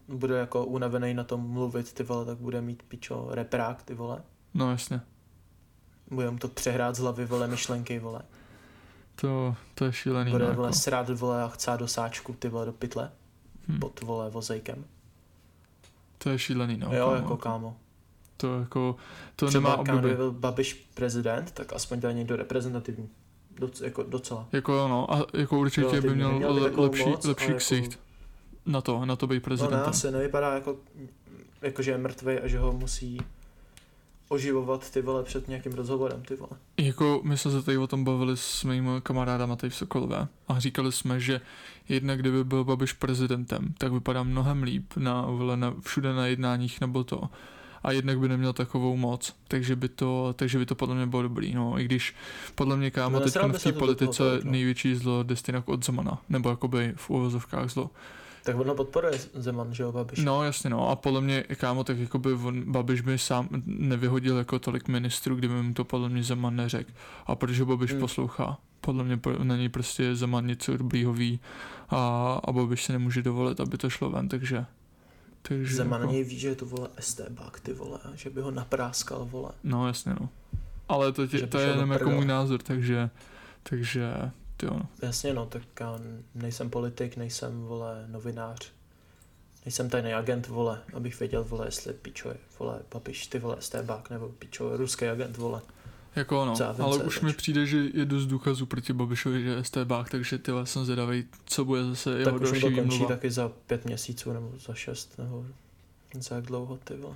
A: bude jako unavený na tom mluvit, ty vole, tak bude mít pičo reprák, ty vole.
B: No jasně.
A: Bude mu to přehrát z hlavy, vole, myšlenky, vole.
B: To je šílený.
A: Bude,
B: no,
A: vole,
B: jako.
A: srát, vole, a chcát do sáčku, ty vole, do pytle. Pod, vole, vozejkem.
B: To je šílený, no.
A: Jo, jako kámo.
B: To jako, to
A: třeba
B: nemá obdoby.
A: kdyby byl Babiš prezident, tak aspoň tady někdo reprezentativní. Jako docela.
B: Jako no, a jako určitě by měl lepší
A: jako...
B: ksicht na to být prezidentem.
A: No ne, se nevypadá jako že je mrtvej a že ho musí oživovat, ty vole, před nějakým rozhovorem, ty vole.
B: Jako my jsme se tady o tom bavili s mým kamarádama tady v Sokolové a říkali jsme, že jednak kdyby byl Babiš prezidentem, tak vypadá mnohem líp všude na jednáních nebo to. A jednak by neměl takovou moc, takže by to podle mě bylo dobrý, no, i když podle mě kámo teď v té politice největší zlo Destinak od Zemana, nebo jakoby v uvozovkách zlo.
A: Tak ono podporuje Zeman, že jo, Babiš?
B: No jasně, no, a podle mě kámo, tak jakoby Babiš by sám nevyhodil jako tolik ministrů, kdyby mu to podle mě Zeman neřekl. A protože Babiš poslouchá, podle mě na něj prostě Zeman něco dobrýho ví a Babiš se nemůže dovolit, aby to šlo ven, takže
A: Zeman
B: jako...
A: něj ví, že je to, vole, estébák, ty vole, že by ho napráskal, vole.
B: No jasně, no. Ale to je jenom jako můj názor, takže jo. No.
A: Jasně, no, tak já nejsem politik, nejsem, vole, novinář. Nejsem tajný agent, vole, abych věděl, vole, jestli pičo je, vole, Babiš, ty vole, estébák, nebo pičo je ruský agent, vole.
B: Jako no, ale už mi přijde, že je dost důkazů proti Babišovi, že je estébák, takže ty jsem zvědavej, co bude zase jeho další výmluva.
A: Tak už to končí taky za 5 měsíců, nebo za 6, nebo za jak dlouho, ty vole.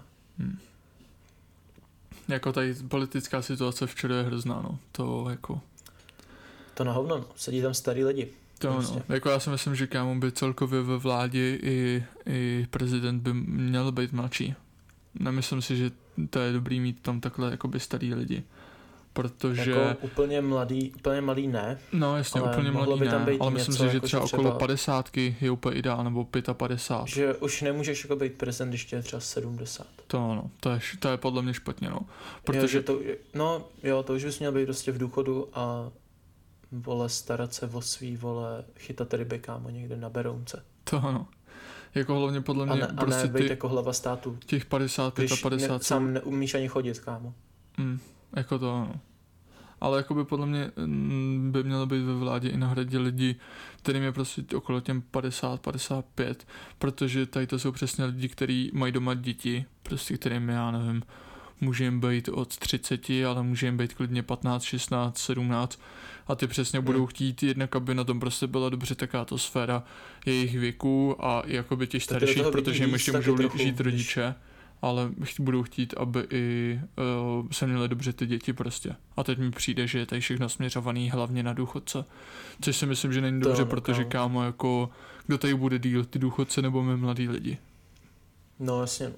B: Jako tady politická situace včera je hrozná, no, to jako...
A: To na hovno, no, sedí tam starý lidi.
B: To prostě. No, jako já si myslím, že kámo by celkově ve vládě i prezident by měl být mladší. Nemyslím si, že to je dobrý mít tam takhle jakoby starý lidi. Protože...
A: Jako úplně mladý ne.
B: No jasně, úplně mladý ne, ale myslím si, že
A: jako
B: třeba okolo 50 je úplně ideál, nebo 55.
A: Že už nemůžeš jako být prezident, když tě je třeba 70.
B: To je podle mě špatně, no. Protože...
A: To už bys měl být prostě v důchodu a vole starat se o svý, vole, chytat ryby, kámo, někde na Berounce.
B: To ano. Jako hlavně podle mě
A: prostě a ne být jako hlava státu.
B: Těch 55 a 50.
A: Sám neumíš ani chodit, kámo.
B: Jako to ano. Ale jakoby podle mě by mělo být ve vládě i na hradě lidi, kterým je prostě okolo těm 50-55, protože tady to jsou přesně lidi, kteří mají doma děti, prostě kterým já nevím, může jim být od 30, ale může jim být klidně 15, 16, 17 a ty přesně budou chtít jednak, aby na tom prostě byla dobře taká to sféra jejich věku a i jakoby těch starších, protože jim ještě můžou žít rodiče, ale budou chtít, aby i se měly dobře ty děti prostě. A teď mi přijde, že je tady všechno směřovaný hlavně na důchodce, což si myslím, že není dobře, protože kámo, jako kdo tady bude díl, ty důchodce nebo my mladí lidi?
A: No jasně.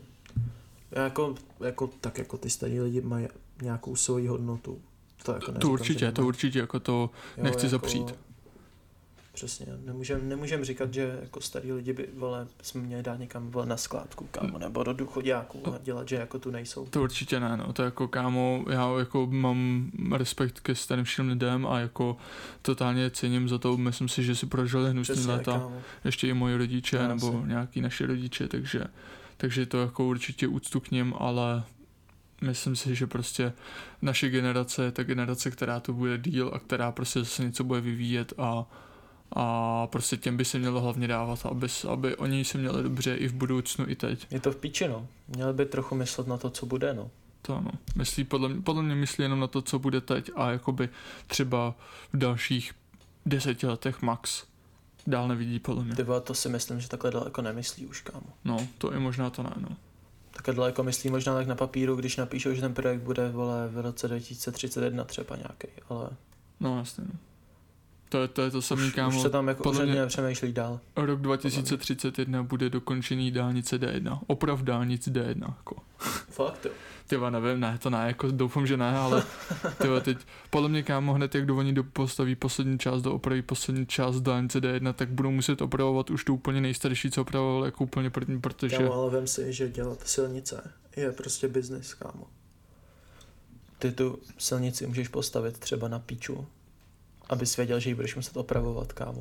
A: Jako ty starý lidi mají nějakou svoji hodnotu.
B: To určitě, jako to nechci zapřít.
A: Přesně, nemůžem říkat, že jako starý lidi by, vole, jsme měli dát někam, vole, na skládku, kámo, nebo do důchoďáků a dělat, že jako tu nejsou.
B: To určitě ne, no, to jako kámo, já jako mám respekt ke starým lidem a jako totálně cením za to, myslím si, že si prožili hnusný léta, kámo. Ještě i moji rodiče, nebo nějaký naši rodiče, takže to jako určitě úctu k nim, ale myslím si, že prostě naše generace je ta generace, která tu bude díl a která prostě zase něco bude vyvíjet a prostě těm by se mělo hlavně dávat, aby oni se měli dobře i v budoucnu, i teď.
A: Je to v píči, no. Měli by trochu myslet na to, co bude, no.
B: To ano. Podle mě myslí jenom na to, co bude teď a jakoby třeba v dalších 10 letech max. Dál nevidí, podle mě.
A: Tyba, to si myslím, že takhle daleko nemyslí už, kámo.
B: No, to i možná to ne, no.
A: Takhle daleko myslí možná tak na papíru, když napíšou, že ten projekt bude, vole, v roce 2031 třeba nějaký, ale...
B: No, jasně, no. To je to samý, kámo.
A: Už se tam jako úředně nepřemýšlí dál.
B: Rok 2031 bude dokončený dálnice D1. Oprav dálnic D1, jako.
A: Fakt, jo.
B: Tyva, nevím, ne, to ne, jako doufám, že ne, ale tyva, teď podle mě, kámo, hned jak oni postaví poslední část do opravy, poslední část dálnice D1, tak budou muset opravovat už to úplně nejstarší, co opravoval, jako úplně první, protože...
A: Kámo, ale vem si, že dělat silnice je prostě biznis, kámo. Ty tu silnici můžeš postavit třeba na píču, abys věděl, že ji budeš muset opravovat, kámo.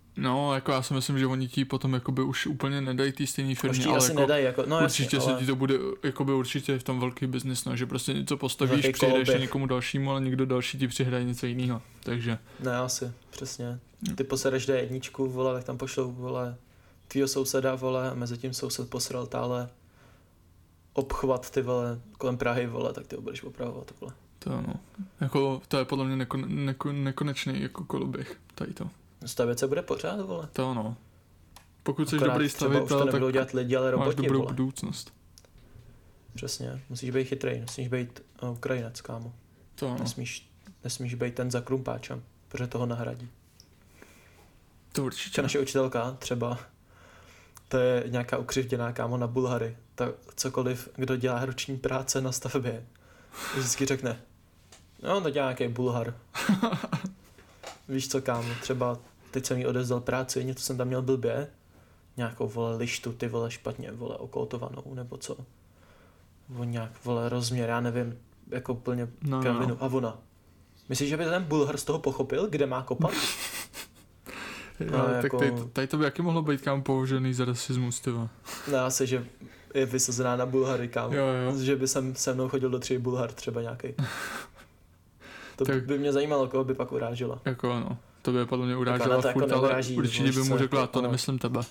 B: No, jako já si myslím, že oni ti potom jakoby už úplně nedají té stejné firmě,
A: Už ti
B: ale
A: asi
B: jako
A: nedají, jako, no
B: určitě
A: jasně,
B: se ti to bude, jakoby určitě v tom velký biznis, no, že prostě něco postavíš,
A: Velký
B: přijdeš
A: koloběh.
B: někomu dalšímu, ale někdo další ti přihraje něco jiného, takže.
A: Ne, asi, přesně. Ty posedeš D1, vole, tak tam pošlou, vole, tvýho souseda, vole, a mezi tím soused posral tále obchvat, ty vole, kolem Prahy, vole, tak ty ho budeš opravovat, vole.
B: To ano. Jako, to je podle mě nekonečný jako koloběh, tady to.
A: Stavět se bude pořád, vole.
B: To ano. Pokud jsi
A: Akorát
B: dobrý
A: třeba už to
B: stavitel,
A: nebudou
B: tak
A: dělat lidi, ale
B: máš
A: roboti,
B: dobrou
A: vole.
B: budoucnost.
A: Přesně, musíš být chytrý, musíš být Ukrajinec, kámo.
B: To ano.
A: Nesmíš být ten za krumpáčem, protože toho nahradí.
B: To určitě.
A: Naše učitelka třeba, to je nějaká ukřivděná, kámo, na Bulhary, tak cokoliv, kdo dělá ruční práce na stavbě, vždycky řekne, no to dělá nějaký Bulhar. Víš co, kámo, třeba teď jsem jí odezdal práci, něco jsem tam měl blbě, nějakou, vole, lištu, ty vole, špatně, vole, okoltovanou, nebo co. Nebo nějak, vole, rozměr, já nevím, jako plně kravinu. A ona, myslíš, že by ten Bulhar z toho pochopil, kde má kopat?
B: Jo, tak jako... tady to by jaký mohlo být, kam považený za rasismus, tyva.
A: No asi, že je vysazená na Bulhary, kámo.
B: Jo.
A: Že by se mnou chodil do 3 Bulhar třeba nějaký. To tak... by mě zajímalo, koho by pak urážela.
B: Jako ano, to by podle mě urážela
A: furt,
B: jako ale určitě by mu řekla, to nemyslím tebe.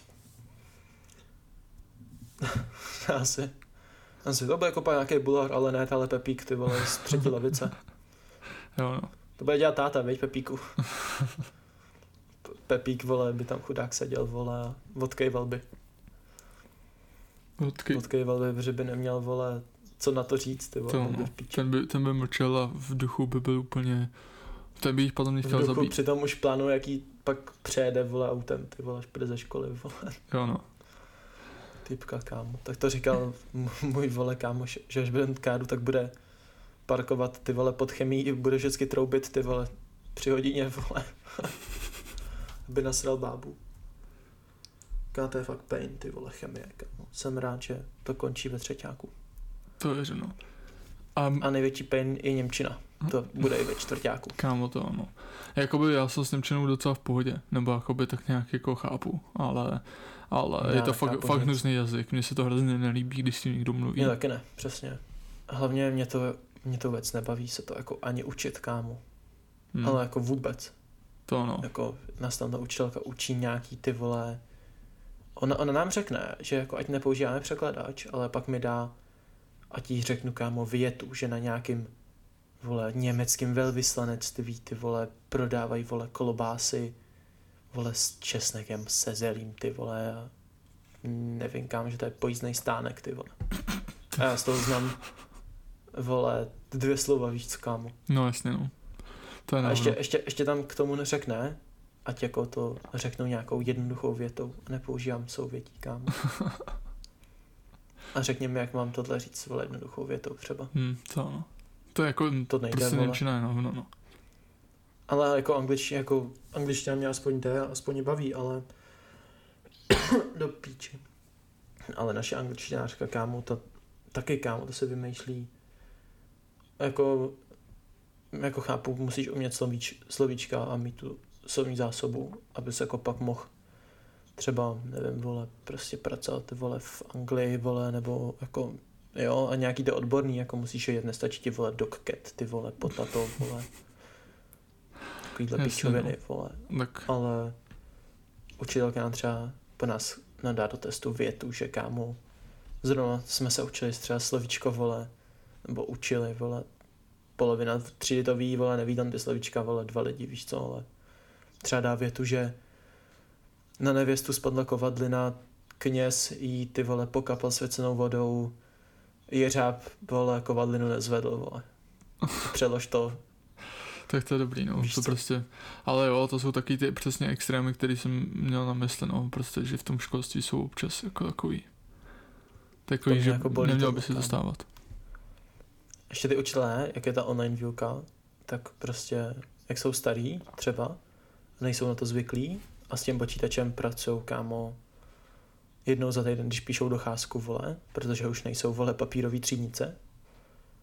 A: Asi to bude kopat nějaký Bulhar, ale ne tahle Pepík, ty vole, z 3. lavice.
B: Jo, no.
A: To bude dělat táta, veď Pepíku. Pepík, vole, by tam chudák seděl, vole, a odkejval by. Odkejval by, protože by neměl, vole, co na to říct, ty vole.
B: To, no. Ten by mlčel a v duchu by byl úplně, ten by jich potom nechtěl zabít.
A: Přitom už plánuje, jaký pak přejede, vole, autem, ty vole, až půjde ze školy, vole.
B: Jo, no.
A: Typka, kámo. Tak to říkal můj, vole, kámoš, že až bude kádu, tak bude parkovat, ty vole, pod chemií i bude vždycky troubit, ty vole, 3 hodině, vole. Aby nasral bábu. To je fakt pain, ty vole, chemie, kámo. Jsem rád, že to končí ve 3.
B: To je, že no.
A: A největší pain je němčina. To bude i ve 4.
B: Kámo, to ano. Jakoby já jsem s němčinou docela v pohodě, nebo jakoby tak nějak jako chápu, ale je to fakt hnusný jazyk. Mně se to hrozně nelíbí, když s tím někdo mluví.
A: Mně taky ne, přesně. Hlavně mě to vůbec nebaví se to jako ani učit, kámo. Ale jako vůbec.
B: To ano.
A: Jako nás tam ta učitelka učí nějaký, ty vole. Ona nám řekne, že jako ať nepoužíváme překladač, ale pak mi dá, ať jí řeknu, kámo, větu, že na nějakým, vole, německým velvyslanectví, ty vole, prodávají, vole, kolobásy, vole, s česnekem, se zelím, ty vole, a nevím, kámo, že to je pojízdnej stánek, ty vole. A já z toho znám, vole, 2 slova, víš co, kámo.
B: No jasně, no. To je
A: a ještě tam k tomu neřekne, ať jako to řeknou nějakou jednoduchou větou a nepoužívám souvětí, kámo. A řekni mi, jak mám tohle říct, vole, jednoduchou větou třeba.
B: To ano. To je jako,
A: to nejde,
B: prostě němčina je no.
A: Ale jako angličtina mě aspoň baví, ale do píči. Ale naše angličtinářka, kámo, to se vymýšlí. Jako chápu, musíš umět slovíčka a mít tu slovní zásobu, aby se jako pak mohl třeba, nevím, vole, prostě pracovat, vole, v Anglii, vole, nebo jako, jo, a nějaký to odborný, jako musíš jet, nestačí ti, vole, dogcat, ty vole, potato, vole, takovýhle pičoviny, vole,
B: tak.
A: Ale učitelka nám třeba po nás nadá do testu větu, že, kámo, zrovna jsme se učili třeba slovíčko, vole, nebo učili, vole, polovina třídy to ví, vole, neví tam ty slovíčka, vole, 2 lidi, víš co, ale třeba dá větu, že na nevěstu spadla kovadlina, kněz jí, ty vole, pokapal svěcenou vodou, jeřáb, vole, kovadlinu nezvedl, vole. Přelož to. Tak
B: to je dobrý, no, to prostě, ale jo, to jsou taky ty přesně extrémy, které jsem měl na mysli, no, prostě, že v tom školství jsou občas jako takový, že jako nemělo by se to stávat.
A: Ještě ty učitelé, jak je ta online výuka, tak prostě, jak jsou starý třeba, nejsou na to zvyklí a s tím počítačem pracují, kámo, jednou za týden, když píšou docházku, vole, protože už nejsou, vole, papírový třídnice,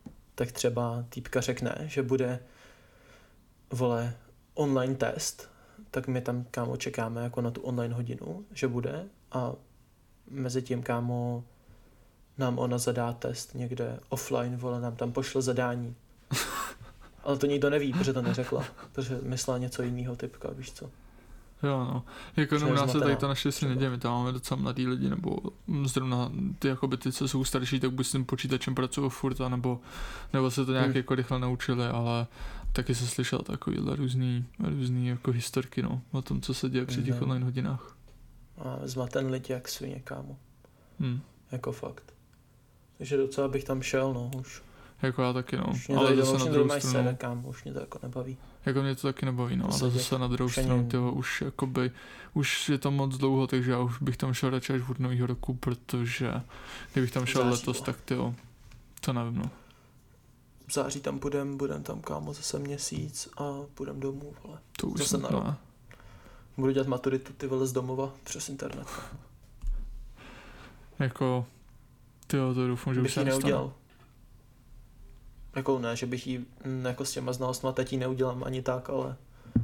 A: tak třeba týpka řekne, že bude, vole, online test tak my tam, kámo, čekáme jako na tu online hodinu, že bude a mezi tím, kámo, nám ona zadá test někde offline, vole, nám tam pošle zadání. Ale to nikdo neví, protože to neřekla, protože myslela něco jiného typka, víš co.
B: Jo, no. Jako u nás se tady to naštěstí neděje, my tam máme docela mladý lidi, nebo zrovna ty, jakoby ty, co jsou starší, tak buď s tím počítačem pracují furt, nebo se to nějak jako rychle naučili, ale taky se slyšel takovýhle různý jako historky, no, o tom, co se děje při těch online hodinách.
A: A zmaten lidi jak svině, kámo. Jako fakt. Takže docela bych tam šel, no, už.
B: Jako já taky, no.
A: Už mě ale zase na druhou stranu. Kámo, už mě to jako nebaví.
B: Jako mě to taky nebaví, no, ale zase na druhou stranu, tyho, už jakoby, už je to moc dlouho, takže já už bych tam šel radši až od nového roku, protože kdybych tam šel letos, tak tyjo, to nevím, no.
A: V září tam budem tam, kámo, zase měsíc a půjdem domů, vole.
B: To už
A: zase na rok. Budu dělat maturitu, ty vole, z domova přes internet.
B: Jako, tyjo, to doufám, že už se
A: neudělal. Jako ne, že bych jí jako s těma znalostma teď jí neudělám ani tak, ale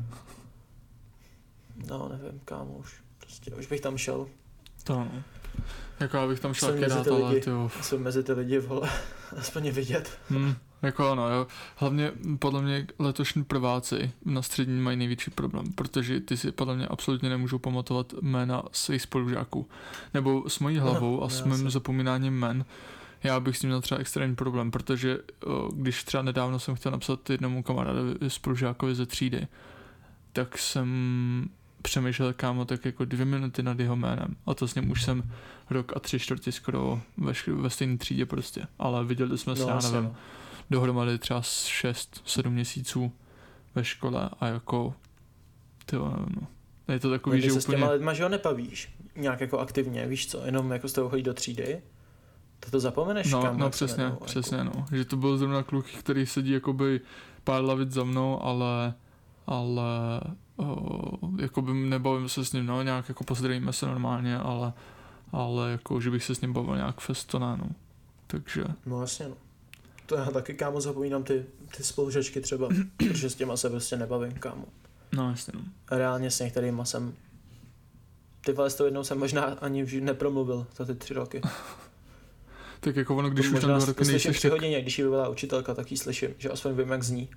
A: no nevím, kámo, už bych tam šel.
B: To no. Jako já bych tam šel taky rád, ale tyjo.
A: Jsou mezi ty lidi, vole, aspoň vidět.
B: Jako ano, jo. Hlavně podle mě letošní prváci na střední mají největší problém, protože ty si podle mě absolutně nemůžou pamatovat jména svých spolužáků. Nebo s mojí hlavou a s mým zapomínáním jmen já bych s ním měl třeba extrémní problém, protože když třeba nedávno jsem chtěl napsat jednomu kamarádovi spolužákovi ze třídy, tak jsem přemýšlel, kámo, tak jako 2 minuty nad jeho jménem. A to s ním už jsem rok a 3/4 skoro ve stejné třídě prostě. Ale viděli jsme se, já nevím, dohromady třeba 6-7 měsíců ve škole a jako, tyjo, nevím, no. Je to takový, že
A: úplně...
B: se
A: s těma lidma, že ho nepavíš nějak jako aktivně, víš co, jenom jako s toho chodí do třídy. To zapomeneš, kámo.
B: No přesně, jako. No. Že to byl zrovna kluk, který sedí jakoby pár lavic za mnou, ale jakoby nebavím se s ním, no, nějak jako pozdravíme se normálně, ale jako, že bych se s ním bavil nějak fest, to ne, no. Takže.
A: No jasně, no. To já taky, kámo, zapomínám ty spolužačky třeba, protože s těma se prostě nebavím, kámo.
B: No jasně, no.
A: Reálně s některýma jsem, ty vole, s tou jednou jsem možná ani nepromluvil za ty 3 roky.
B: Tak jako ono, když už tam 2 roky nejseš,
A: při hodině, když jí byla učitelka, tak jí slyším, že aspoň vím, jak zní.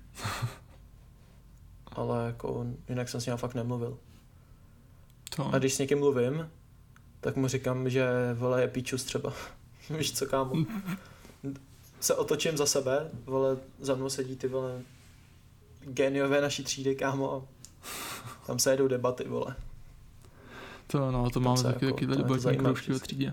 A: Ale jako jinak jsem s ním fakt nemluvil. To. A když s někým mluvím, tak mu říkám, že vole je píčus třeba. Víš co, kámo? Se otočím za sebe, vole, za mnou sedí ty vole géniové naší třídy, kámo, a tam se jedou debaty, vole.
B: To no, to máme taky debatní kroužky ve třídě.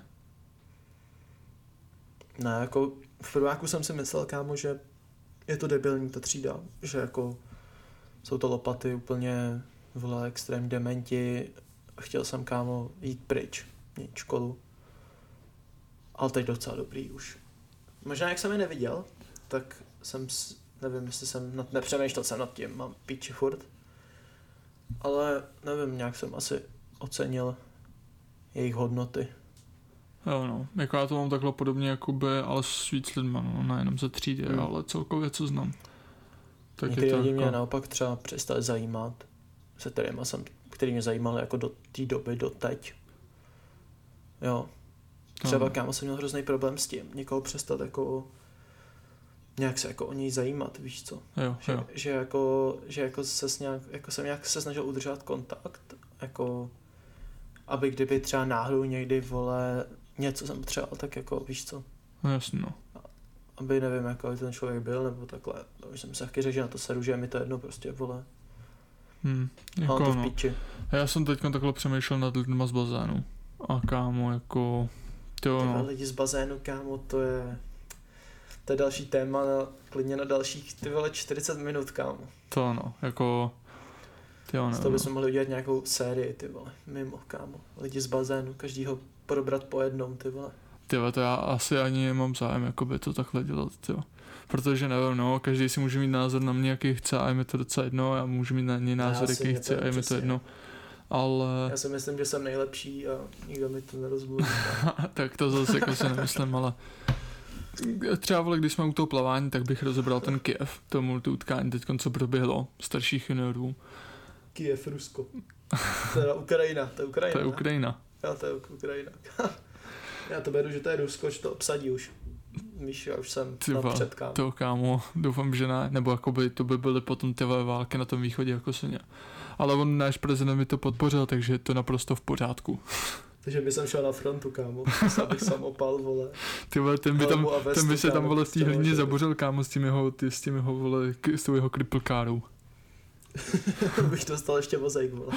A: Ne, jako v prváku jsem si myslel, kámo, že je to debilní ta třída, že jako jsou to lopaty úplně, vole, extrém dementi, chtěl jsem, kámo, jít pryč, měnit školu, ale teď docela dobrý už. Možná jak jsem je neviděl, tak jsem, nevím, jestli jsem, nepřemýšlel jsem nad tím, mám píči furt, ale nevím, nějak jsem asi ocenil jejich hodnoty.
B: Jo no, jako já to mám takhle podobně jakoby, ale s víc lidma, no, nejenom ze třídy, ale celkově co znám.
A: Tak některý lidi mě naopak třeba přestali zajímat, který mě zajímali jako do té doby, do teď. Jo. Třeba kámo jsem měl hrozný problém s tím, někoho přestat jako nějak se jako o něj zajímat, víš co?
B: Jo.
A: Že jako jsem nějak se snažil udržovat kontakt, jako aby kdyby třeba náhodou někdy, vole, něco jsem potřeboval, tak jako, víš co?
B: No jasně, no.
A: Aby nevím, jako ten člověk byl, nebo takhle. Už jsem se taky řekl, že na to seru, že je mi to jedno prostě, vole.
B: Jako to v píči. Já jsem teďka takhle přemýšlel nad lidma z bazénu. A kámo, jako...
A: No. Lidi z bazénu, kámo, to je další téma, klidně na dalších, ty vole, 40 minut, kámo.
B: To no, jako...
A: Z toho bychom mohli udělat nějakou sérii, ty vole, mimo, kámo. Lidi z bazénu, každýho probrat po jednom, ty vole.
B: Tyjo, to já asi ani nemám zájem, jakoby to takhle dělat, tyjo. Protože nevím, no, každý si může mít názor na mě, jaký chce a je mi to docela jedno, já můžu mít na něj názor, jaký chce a je mi to jedno. Ale...
A: Já si myslím, že jsem nejlepší a nikdo mi to nerozmluví.
B: Tak to zase jako si nemyslím, ale... Třeba, vole, když jsme u toho plavání, tak bych rozebral ten Kyjev, to multiutkání teďkon, co proběhlo, starších juniorů.
A: Kyjev, Rusko. To je Ukrajina, to je Ukrajina.
B: To je Ukrajina.
A: Jo, to je Ukrajina. Já to beru, že to je Rusko, že to obsadí už. Víš, já už jsem napřed, kámo.
B: To kámo, doufám, že ne, nebo jakoby to by byly potom ty války na tom východě jako se. Ale on, náš prezident mi to podpořil, takže je to naprosto v pořádku.
A: Takže by jsem šel na frontu, kámo, abych sam opal, vole.
B: Ty vole, ten by se tam, vole, v té hlíně zabořil, kámo, s tím jeho, vole, s tou jeho kriplkárou.
A: Bych dostal ještě vozejk, vole.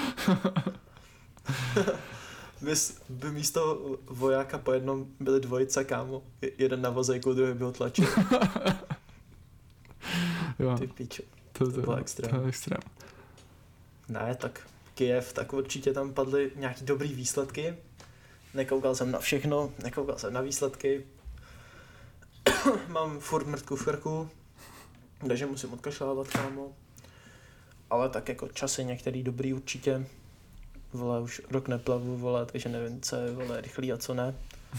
A: By místo vojáka po jednom byli dvojice, kámo. Jeden na vozejku, druhý byl tlačil.
B: Jo.
A: Ty pičo.
B: To bylo extrém. To je extrém.
A: Ne, tak Kyjev, tak určitě tam padly nějaký dobrý výsledky. Nekoukal jsem na všechno, nekoukal jsem na výsledky. Mám furt mrtku v krku, takže musím odkašlávat, kámo. Ale tak jako časy některý dobrý určitě. Vole, už rok neplavu, vole, takže nevím, co je, vole, rychlý a co ne.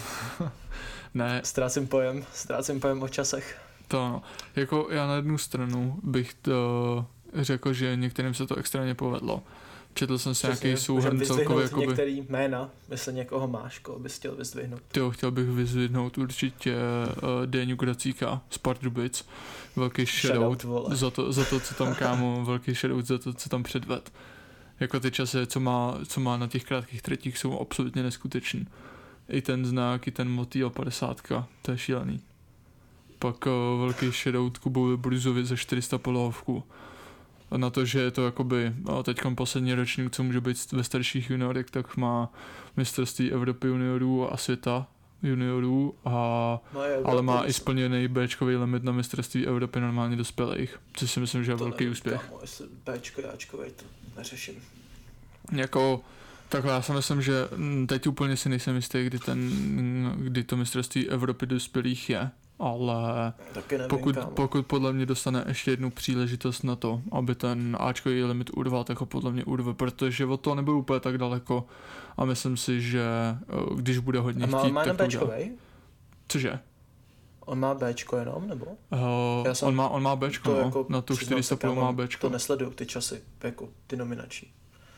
B: Ne.
A: Ztrácím pojem o časech.
B: To ano. Jako já na jednu stranu bych to řekl, že některým se to extrémně povedlo. Četl jsem si nějaký souhrn celkově jakoby...
A: některý jména, jestli někoho máš, koho bys chtěl vyzdvihnout.
B: Jo, chtěl bych vyzdvihnout určitě Déňu Gracíka z Pardubic. Velký shoutout za to, co tam, kámo, velký shoutout za to, co tam předved. Jako ty časy, co má na těch krátkých tretích, jsou absolutně neskutečný. I ten znak, i ten motýl 50, to je šílený. Pak velký shoutout Kubovi Bruzovi za 400 polovku. Na to, že je to jakoby teďkom poslední ročník, co může být ve starších juniorek, tak má mistrovství Evropy juniorů a světa juniorů, ale má i splněný Bčkový limit na mistrovství Evropy normálně dospělých, což si myslím, že je velký úspěch.
A: Kámo, jestli Bčko, Ačkovej, to neřeším.
B: Jako, takhle já si myslím, že teď úplně si nejsem jistý, kdy to mistrovství Evropy dospělých je, ale pokud podle mě dostane ještě jednu příležitost na to, aby ten Ačkový limit urval, tak ho podle mě urve, protože od toho nebyl úplně tak daleko a myslím si, že když bude hodně chtít, tak to udělá. Cože?
A: On má Bčko jenom, nebo?
B: On má Bčko, no,
A: jako
B: na tu 400 má Bčko.
A: To nesleduju ty časy, jako ty nominační.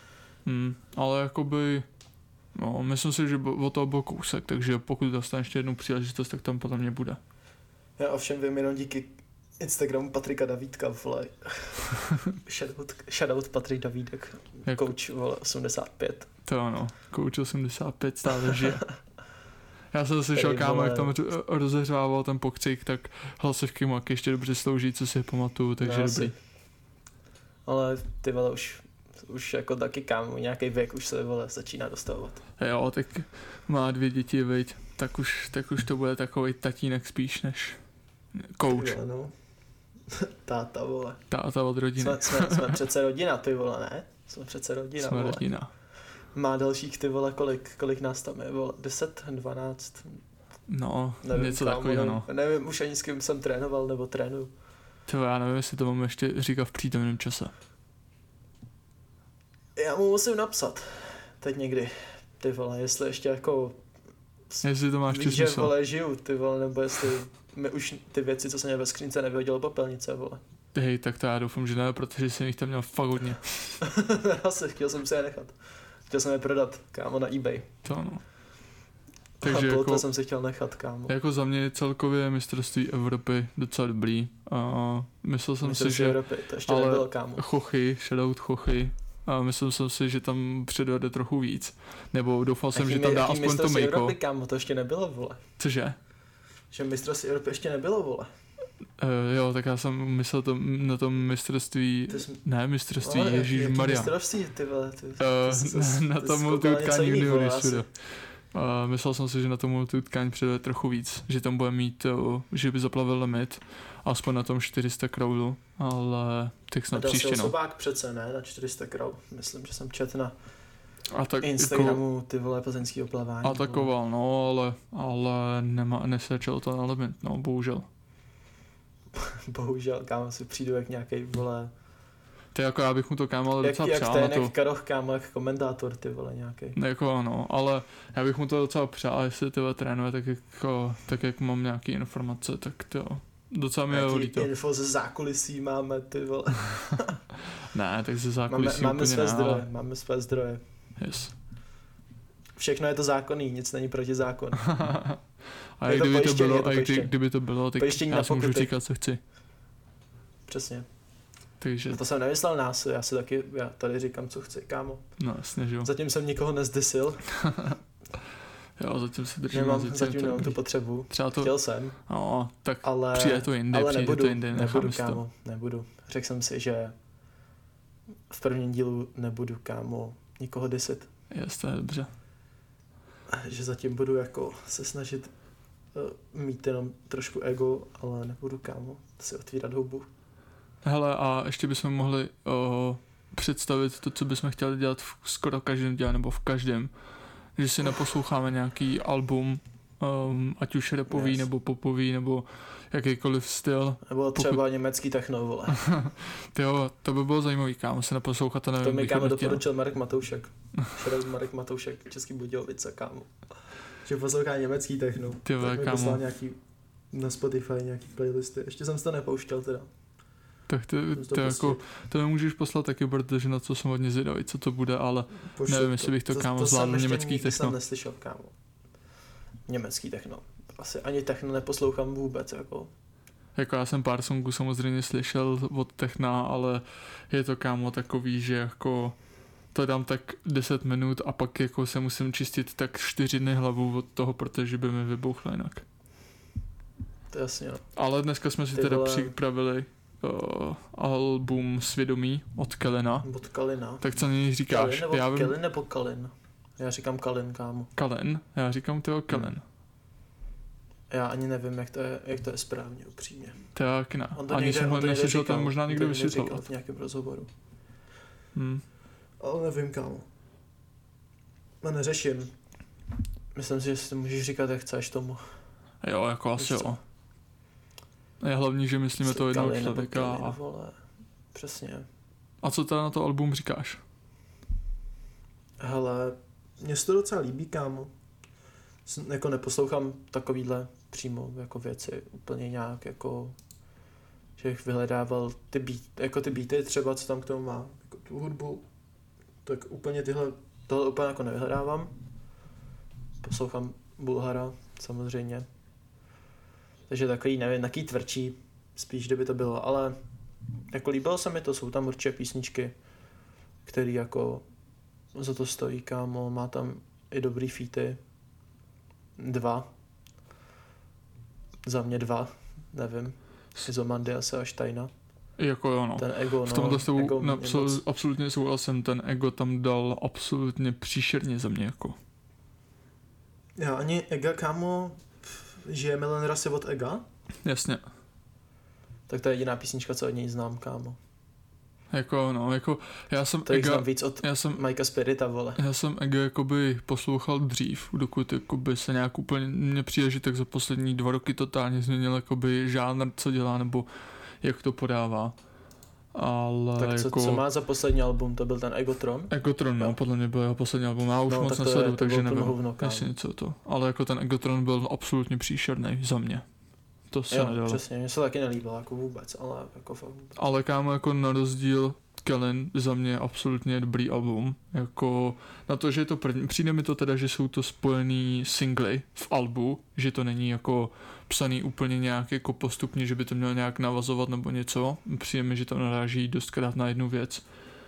B: Ale jakoby, no, myslím si, že od toho byl kousek, takže pokud dostane ještě jednu příležitost, tak tam podle mě bude.
A: Já ovšem vím jenom díky Instagramu Patrika Davídka, vole. Shoutout Patrik Davídek, coach, vole, 85.
B: To ano, coach 85 stále žije. Já jsem slyšel, kámo, jak tam rozehřával ten pokřik, tak hlasivky mu ještě dobře slouží, co si pamatuju, takže dobrý.
A: Ale ty vole, už jako taky, kámo, nějaký věk už se, vole, začíná dostavovat.
B: Jo, tak má 2 děti, viď, tak už to bude takovej tatínek spíš než coach.
A: Jo, no. Táta, vole.
B: Táta od rodiny.
A: Jsme přece rodina, ty vole, ne? Jsme přece rodina,
B: jsme
A: vole.
B: Rodina.
A: Má dalších, ty vole, kolik nás tam je, vole? 10, 12?
B: No, nevím, něco takového, no.
A: Nevím už ani s kým jsem trénoval, nebo trénuju.
B: To já nevím, jestli to mám ještě říkat v přítomném čase.
A: Já mu musím napsat. Teď někdy. Ty vole, jestli ještě jako...
B: Jestli to máš
A: víš, že, vole, žiju, ty vole, nebo jestli mi už ty věci, co jsem měl ve skřínce, nevyhodil popelnice, vole.
B: Hej, tak to já doufám, že ne, protože jsem jich tam měl fakt hodně.
A: Chtěl jsem si je nechat. Chtěl jsem je prodat, kámo, na eBay.
B: To ano. Takže jako,
A: jsem si chtěl nechat, kámo.
B: Jako za mě celkově mistrovství Evropy docela dobrý. A myslel jsem si, že...
A: Evropy, to ještě nebylo, kámo.
B: Chochy, shoutout Chochy. A myslel jsem si, že tam předvede trochu víc. Nebo doufal jsem, že tam dá aspoň to mejko.
A: Evropy, kámo, to ještě nebylo, vole.
B: Cože?
A: Že mistrovství Evropy ještě nebylo, vole.
B: Jo, tak já jsem myslel na tom mistrovství, mistrovství, ježíšmarja.
A: Mistrovství, ty vole.
B: Na tom multiutkání juniory všude. Myslel jsem si, že na tom multiutkání předvede trochu víc, že tam bude mít, že by zaplavil limit, aspoň na tom 400 kraulu, ale tak snad příště, no.
A: Osobák přece, ne, na 400 kraul. Myslím, že jsem četl na
B: Instagramu
A: jako, ty vole, plzeňský oplavání.
B: Atakoval, no, ale nesečel to na limit, no, bohužel.
A: Bohužel, kámo, si přijdu jak nějakej, vole...
B: To jako já bych mu to, kámo, ale docela přál na to.
A: Jak Karoch, kámo, jak komentátor, ty vole, nějakej.
B: Jako ano, ale já bych mu to docela přál, jestli ty trénuje, tak jak mám nějaký informace, tak to docela mi je líto.
A: Info ze zákulisí máme, ty vole.
B: Ne, tak ze zákulisí
A: máme
B: úplně
A: své
B: ne,
A: zdroje,
B: ale...
A: máme své zdroje.
B: Yes.
A: Všechno je to zákonný, nic není proti zákonu.
B: A kdyby to bylo, tak
A: pojištění
B: já si můžu říkat, co chci.
A: Přesně.
B: Takže...
A: To jsem nemyslel nás, já tady říkám, co chci, kámo.
B: No, jasně, že jo.
A: Zatím jsem nikoho nezdysil.
B: Jo, zatím si držím
A: zatím nemám tu potřebu.
B: Třeba to...
A: Chtěl jsem.
B: No, tak
A: ale,
B: přijde to jinde,
A: ale nebudu,
B: necháme
A: kámo, nebudu. Řekl jsem si, že v prvním dílu nebudu, kámo, nikoho dysit.
B: To je dobře.
A: Že zatím budu jako se snažit mít jenom trošku ego, ale nebudu, kámo, si otvírat hubu.
B: Hele, a ještě bychom mohli představit to, co bychom chtěli dělat skoro každém díle, nebo v každém. Že si naposloucháme nějaký album, ať už rapový, nebo popový, nebo jakýkoliv styl.
A: Nebo třeba německý techno, vole.
B: Jo, to by bylo zajímavý, kámo, se naposlouchat a nevím,
A: to mi, kámo, doporučil Marek Matoušek. Shoutout Marek Matoušek, Český Budějovice, kámo. Že poslouchá německý techno.
B: Ty vole,
A: tak mi poslal nějaký na Spotify nějaký playlisty. Ještě jsem si to nepouštěl teda.
B: Tak to jako, to nemůžeš poslat taky, protože na co jsem hodně zvědavý, co to bude, ale nevím, jestli bych to, kámo, zvládl německý techno.
A: To jsem neslyšel, kámo. Německý techno. Asi ani techno neposlouchám vůbec, jako.
B: Jako já jsem pár songů samozřejmě slyšel od techna, ale je to, kámo, takový, že jako to dám tak 10 minut a pak jako se musím čistit tak 4 dny hlavu od toho, protože by mi vybouchlo jinak.
A: To je jasně, no.
B: Ale dneska jsme si teda připravili album Svědomí od Kalina.
A: Od Kalina.
B: Tak co nyní říkáš?
A: Kalin nebo Kalin? Já říkám Kalin, kámo.
B: Kalin? Já říkám toho Kalin.
A: Já ani nevím, jak to je správně, upřímně.
B: Tak ne. Ani jsem ho neslyšel, tam možná někdo vysvětlovat.
A: V nějakém rozhovoru.
B: Hmm.
A: Ale nevím, kámo. Já neřeším. Myslím si, že si to můžeš říkat, jak chceš tomu.
B: Jo, jako asi jo. Je hlavní, že myslíme to jednoho člověka.
A: Vole. Přesně.
B: A co teda na to album říkáš?
A: Hele, mně se to docela líbí, kámo. Jako neposlouchám takovýhle přímo jako věci úplně nějak jako, že bych vyhledával ty beaty třeba, co tam k tomu má, jako tu hudbu, tak úplně tohle úplně jako nevyhledávám. Poslouchám Bulhara, samozřejmě. Takže takový, nevím, taký tvrdší, spíš kdyby to bylo, ale jako líbilo se mi to, jsou tam určitě písničky, který jako za to stojí, kámo, má tam i dobrý featy. 2. Za mě 2, nevím. Izomandiase a Steina.
B: Jako jo, no.
A: Ten Ego,
B: v tomhle s tebou absolutně souhlasím, ten Ego tam dal absolutně příšerně za mě, jako.
A: Já ani Ega, kámo, žijeme len raz je od Ega?
B: Jasně.
A: Tak to je jediná písnička, co od něj znám, kámo.
B: Jako, no, jako, já jsem
A: to
B: Ega...
A: znám víc od Mikea Spirita, vole.
B: Já jsem Ega, jakoby, poslouchal dřív, dokud, jakoby, se nějak úplně, mně přijde, že tak za poslední 2 roky totálně změnil, jakoby, žánr, co dělá, nebo jak to podává. Ale
A: tak co má za poslední album, to byl ten Egotron?
B: Egotron, no, podle mě byl jeho poslední album, já už moc nesleduju, takže nevím, jestli něco to. Ale jako ten Egotron byl absolutně příšerný za mě. To se nedalo.
A: Přesně, mně se taky nelíbilo, jako vůbec, ale jako fakt vůbec.
B: Ale kámo, jako na rozdíl Kalin za mě absolutně dobrý album, jako na to, že je to první, přijde mi to teda, že jsou to spojený singly v albu, že to není jako psaný úplně nějak jako postupně, že by to mělo nějak navazovat nebo něco, přijde mi, že to naráží dostkrát na jednu věc,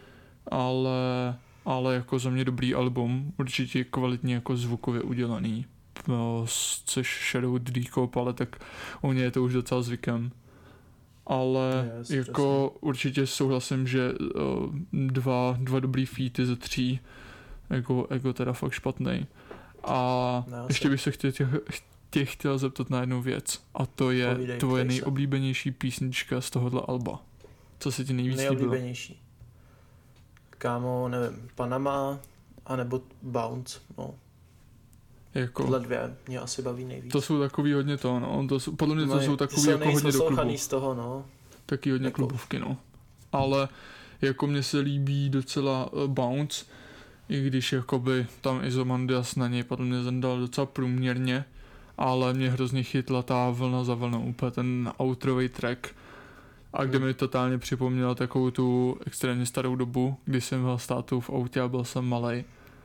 B: ale jako za mě dobrý album, určitě kvalitně jako zvukově udělaný, což Shadow Decop, ale tak u mě je to už docela zvykem. Ale jako přesně. Určitě souhlasím, že dva dobrý featy ze 3, Ego teda fakt špatný. A ještě bych se chtěl zeptat na jednu věc, a to je tvoje nejoblíbenější písnička z tohohle alba. Co se ti nejvíc líbilo?
A: Nejoblíbenější. Kámo, nevím, Panama, anebo Bounce, no.
B: Jako,
A: tohle 2 mě asi baví nejvíc.
B: To jsou takový hodně to, no. Podle mě to jsou takový jako hodně do klubu.
A: Z toho, no.
B: Taky hodně jako klubovky, no. Ale jako mně se líbí docela Bounce, i když jakoby tam Izomandias na něj podle mě zandal docela průměrně, ale mě hrozně chytla ta vlna za vlnou, úplně ten outrový track, a kde mi totálně připomněla takovou tu extrémně starou dobu, kdy jsem byl s tátou v autě a byl jsem malej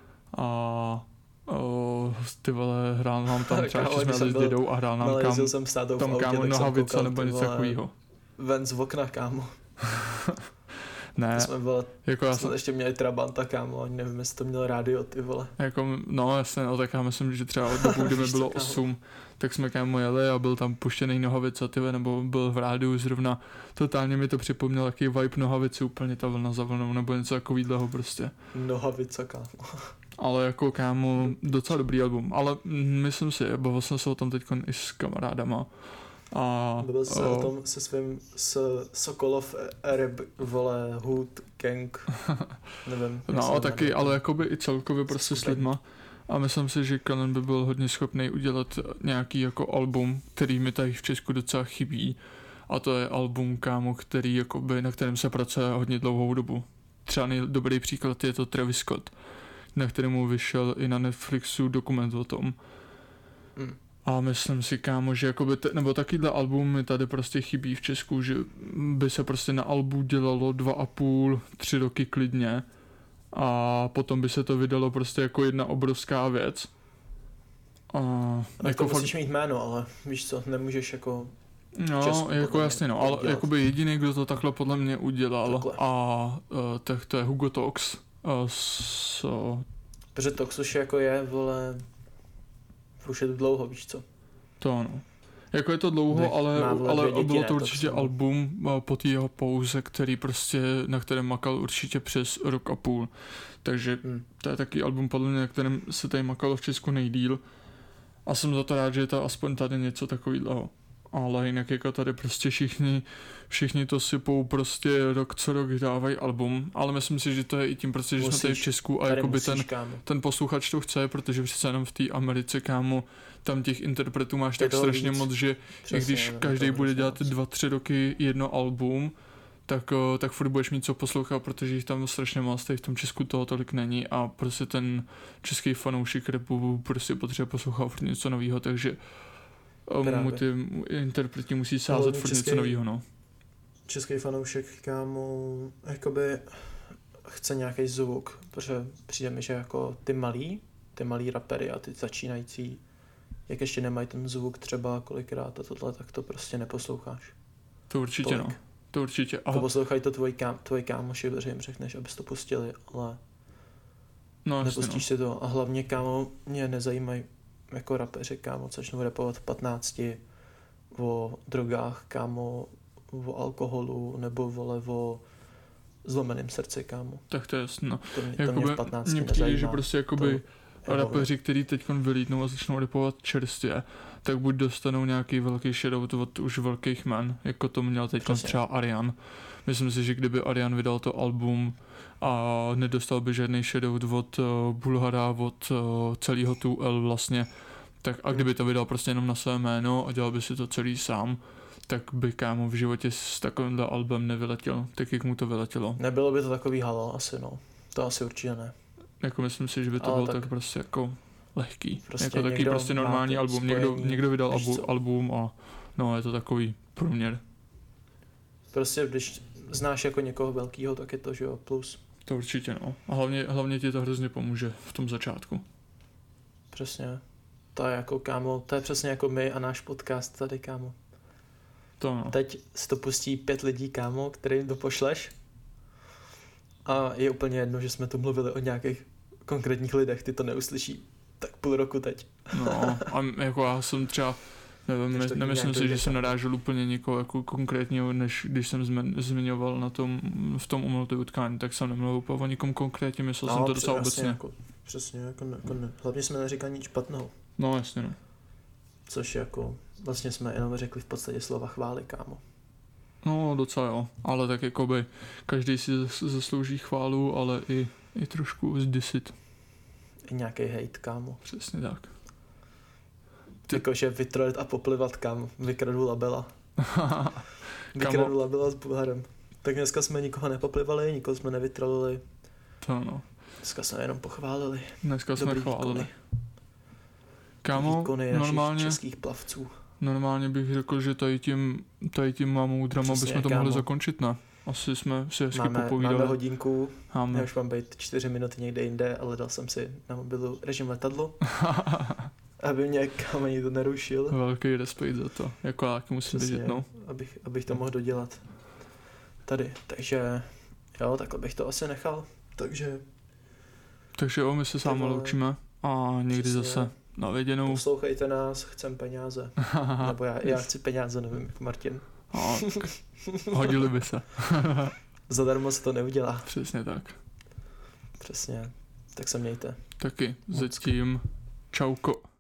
B: a ty vole, hrál nám tam třeba,
A: Kámo,
B: jsme
A: když
B: jeli
A: jsem
B: s dědou a hrál nám
A: ale jezdil jsem s tátou v
B: tam
A: autě,
B: kámo
A: tak jsem
B: nohavice
A: koukal,
B: nebo
A: ty
B: něco
A: vole,
B: takovýho.
A: ven z okna, kámo.
B: Ne,
A: To jsme byla,
B: jako já
A: jsme
B: jsem,
A: ještě měli Trabanta, kámo, ani nevím, jestli to měl rádio, ty vole.
B: jako, no jasně, no, tak já myslím, že třeba od dobu, kdy mi
A: Víš co,
B: bylo
A: kámo.
B: 8, tak jsme kámo jeli a byl tam puštěný nohavice, tyve, nebo byl v rádiu zrovna, totálně mi to připomněl jaký vibe nohavice, úplně ta vlna za vlnou, nebo něco takovýhleho prostě.
A: Nohavice, kámo.
B: Ale jako kámo, docela dobrý album, ale myslím si, bavil jsem se o tom teď i s kamarádama. A
A: Byl jsi o tom se svým Sokolov rap, vole, Hood, Gang, nevím. jak se
B: no
A: to
B: taky,
A: jmenuje.
B: ale jakoby i celkově prostě s
A: Skupin.
B: lidma. A myslím si, že Kanon by byl hodně schopný udělat nějaký jako album, který mi tady v Česku docela chybí. A to je album, kámo, který jakoby, na kterém se pracuje hodně dlouhou dobu. Třeba dobrý příklad je to Travis Scott, na kterému vyšel i na Netflixu dokument o tom.
A: Mm.
B: A myslím si, kámo, že jakoby nebo takovýhle album mi tady prostě chybí v Česku, že by se prostě na albu dělalo 2,5-3 roky klidně a potom by se to vydalo prostě jako jedna obrovská věc. A
A: Tak
B: jako
A: to
B: fakt,
A: musíš mít jméno, ale víš co, nemůžeš jako
B: no,
A: Česku
B: jako
A: podle mě
B: jasně, no,
A: to
B: ale
A: udělat.
B: jakoby jediný, kdo to takhle podle mě udělal
A: Takhle.
B: a tak to je Hugo Tox.
A: Protože to už jako je, vole, už je to dlouho, víš co.
B: To ano. Jako je to dlouho,
A: Má,
B: ale
A: vole, dvě děti,
B: bylo
A: ne,
B: to
A: to
B: určitě
A: jsou-
B: album po té jeho pauze, který prostě, na kterém makal určitě přes rok a půl. Takže to je taky album podle mě, na kterém se tady makalo v Česku nejdýl. A jsem za to rád, že je to aspoň tady něco takového. Ale jinak jako tady prostě všichni to sypou prostě rok co rok dávají album, ale myslím si, že to je i tím prostě, že jsme tady v Česku a
A: Tady
B: jakoby
A: musíš, kámo.
B: ten posluchač to chce, protože přece jenom v té Americe, kámo, tam těch interpretů máš
A: Je
B: tak
A: toho
B: strašně
A: víc.
B: moc, že
A: Přesně,
B: i když
A: je
B: každý
A: toho
B: bude
A: hrozně
B: dělat
A: moc.
B: 2-3 roky jedno album, tak furt budeš mít co poslouchat, protože jich tam strašně moc, tady v tom Česku toho tolik není a prostě ten český fanoušek rapu prostě potřebuje poslouchat furt něco nového, takže mu ty interpreti musí sázet
A: Hlavně
B: furt
A: český-
B: něco nového, no.
A: Český fanoušek, kámo, jakoby chce nějaký zvuk, protože přijde mi, že jako ty malý rapery a ty začínající, jak ještě nemají ten zvuk třeba kolikrát a tohle, tak to prostě neposloucháš.
B: To určitě,
A: Tolik.
B: no. To určitě.
A: To poslouchají to tvoji kámoši, protože jim řekneš, abys to pustili, ale
B: No, jasně,
A: nepustíš si to. A hlavně, kámo, mě nezajímají jako rapeři, kámo, co začnou rapovat v 15 o drogách, kámo, o alkoholu, nebo vole o zlomeném srdci, kámo.
B: tak to je jasné, no.
A: To mě
B: Jakoby,
A: v 15
B: mně přijde,
A: nezajímá.
B: že prostě jakoby
A: To-
B: rapeři, který teď vylítnou a začnou rapovat čerstvě, tak buď dostanou nějaký velký shoutout od už velkých jmen, jako to měl teď
A: Přesně.
B: třeba Arian. Myslím si, že kdyby Arian vydal to album a nedostal by žádný shoutout od Bulhara, od celého 2L vlastně, tak a kdyby to vydal prostě jenom na své jméno a dělal by si to celý sám, tak by kámo v životě s takovýmhle albem nevyletěl, tak jak mu to vyletělo.
A: Nebylo by to takový halo, asi no. To asi určitě ne.
B: Jako myslím si, že by to
A: Ale
B: bylo
A: tak
B: tak prostě jako lehký.
A: prostě
B: Jako taky
A: někdo
B: prostě
A: má
B: normální
A: to
B: album.
A: spojení,
B: Někdo vydal
A: víš co?
B: album a no je to takový průměr.
A: Prostě když znáš jako někoho velkýho, tak je to, že jo, plus.
B: To určitě no. A hlavně ti to hrozně pomůže v tom začátku.
A: Přesně. To je jako, kámo, to je přesně jako my a náš podcast tady, kámo.
B: To no.
A: Teď si to pustí 5 lidí, kámo, kterým to pošleš. A je úplně jedno, že jsme tu mluvili o nějakých konkrétních lidech, ty to neuslyší tak půl roku teď.
B: No a jako já jsem třeba nevím,
A: Takže taky
B: nemyslím
A: nějak
B: si,
A: dojde
B: že jsem
A: tam.
B: narážel úplně někoho jako konkrétního, než když jsem zmiňoval v tom umlutém utkání, tak jsem nemluvil úplně o nikom konkrétně, myslel jsem to docela obecně.
A: Jako, přesně, jako ne. Hlavně jsme neříkali nic špatného,
B: No jasně no.
A: což jako, vlastně jsme jenom řekli v podstatě slova chvály, kámo.
B: No docela jo, ale tak jakoby každý si zaslouží chválu, ale i trošku zdisit.
A: I nějaký hejt, kámo.
B: Přesně tak.
A: Jakože vytrolit a poplivat, kámo. Vykradu labela. Vykradu labela s Bulharem. Tak dneska jsme nikoho nepoplivali, nikoho jsme nevytrolili.
B: To no.
A: Dneska jsme jenom pochválili.
B: Dneska jsme
A: Dobrý
B: chválili.
A: výkony.
B: Kámo,
A: výkony našich českých plavců.
B: Normálně bych řekl, že tady tím mám údrama,
A: Přesně,
B: bychom to
A: kámo.
B: mohli zakončit, ne? Asi jsme si hezky popovídali.
A: Máme hodinku,
B: Máme.
A: já už mám být 4 minuty někde jinde, ale dal jsem si na mobilu režim letadlo, aby mě kámo nikdo nerušil.
B: Velký respekt za to, jako já musím
A: Přesně,
B: běžet, no.
A: abych to mohl dodělat tady, takže jo, takhle bych to asi nechal, takže
B: jo, my se s vámi loučíme a někdy
A: Přesně.
B: zase na viděnou.
A: Poslouchejte nás, chcem peníze, nebo já chci peníze, nevím, jak Martin.
B: No, hodili by se.
A: Zadarmo se to neudělá.
B: Přesně tak.
A: Přesně, tak se mějte.
B: Taky zatím čauko.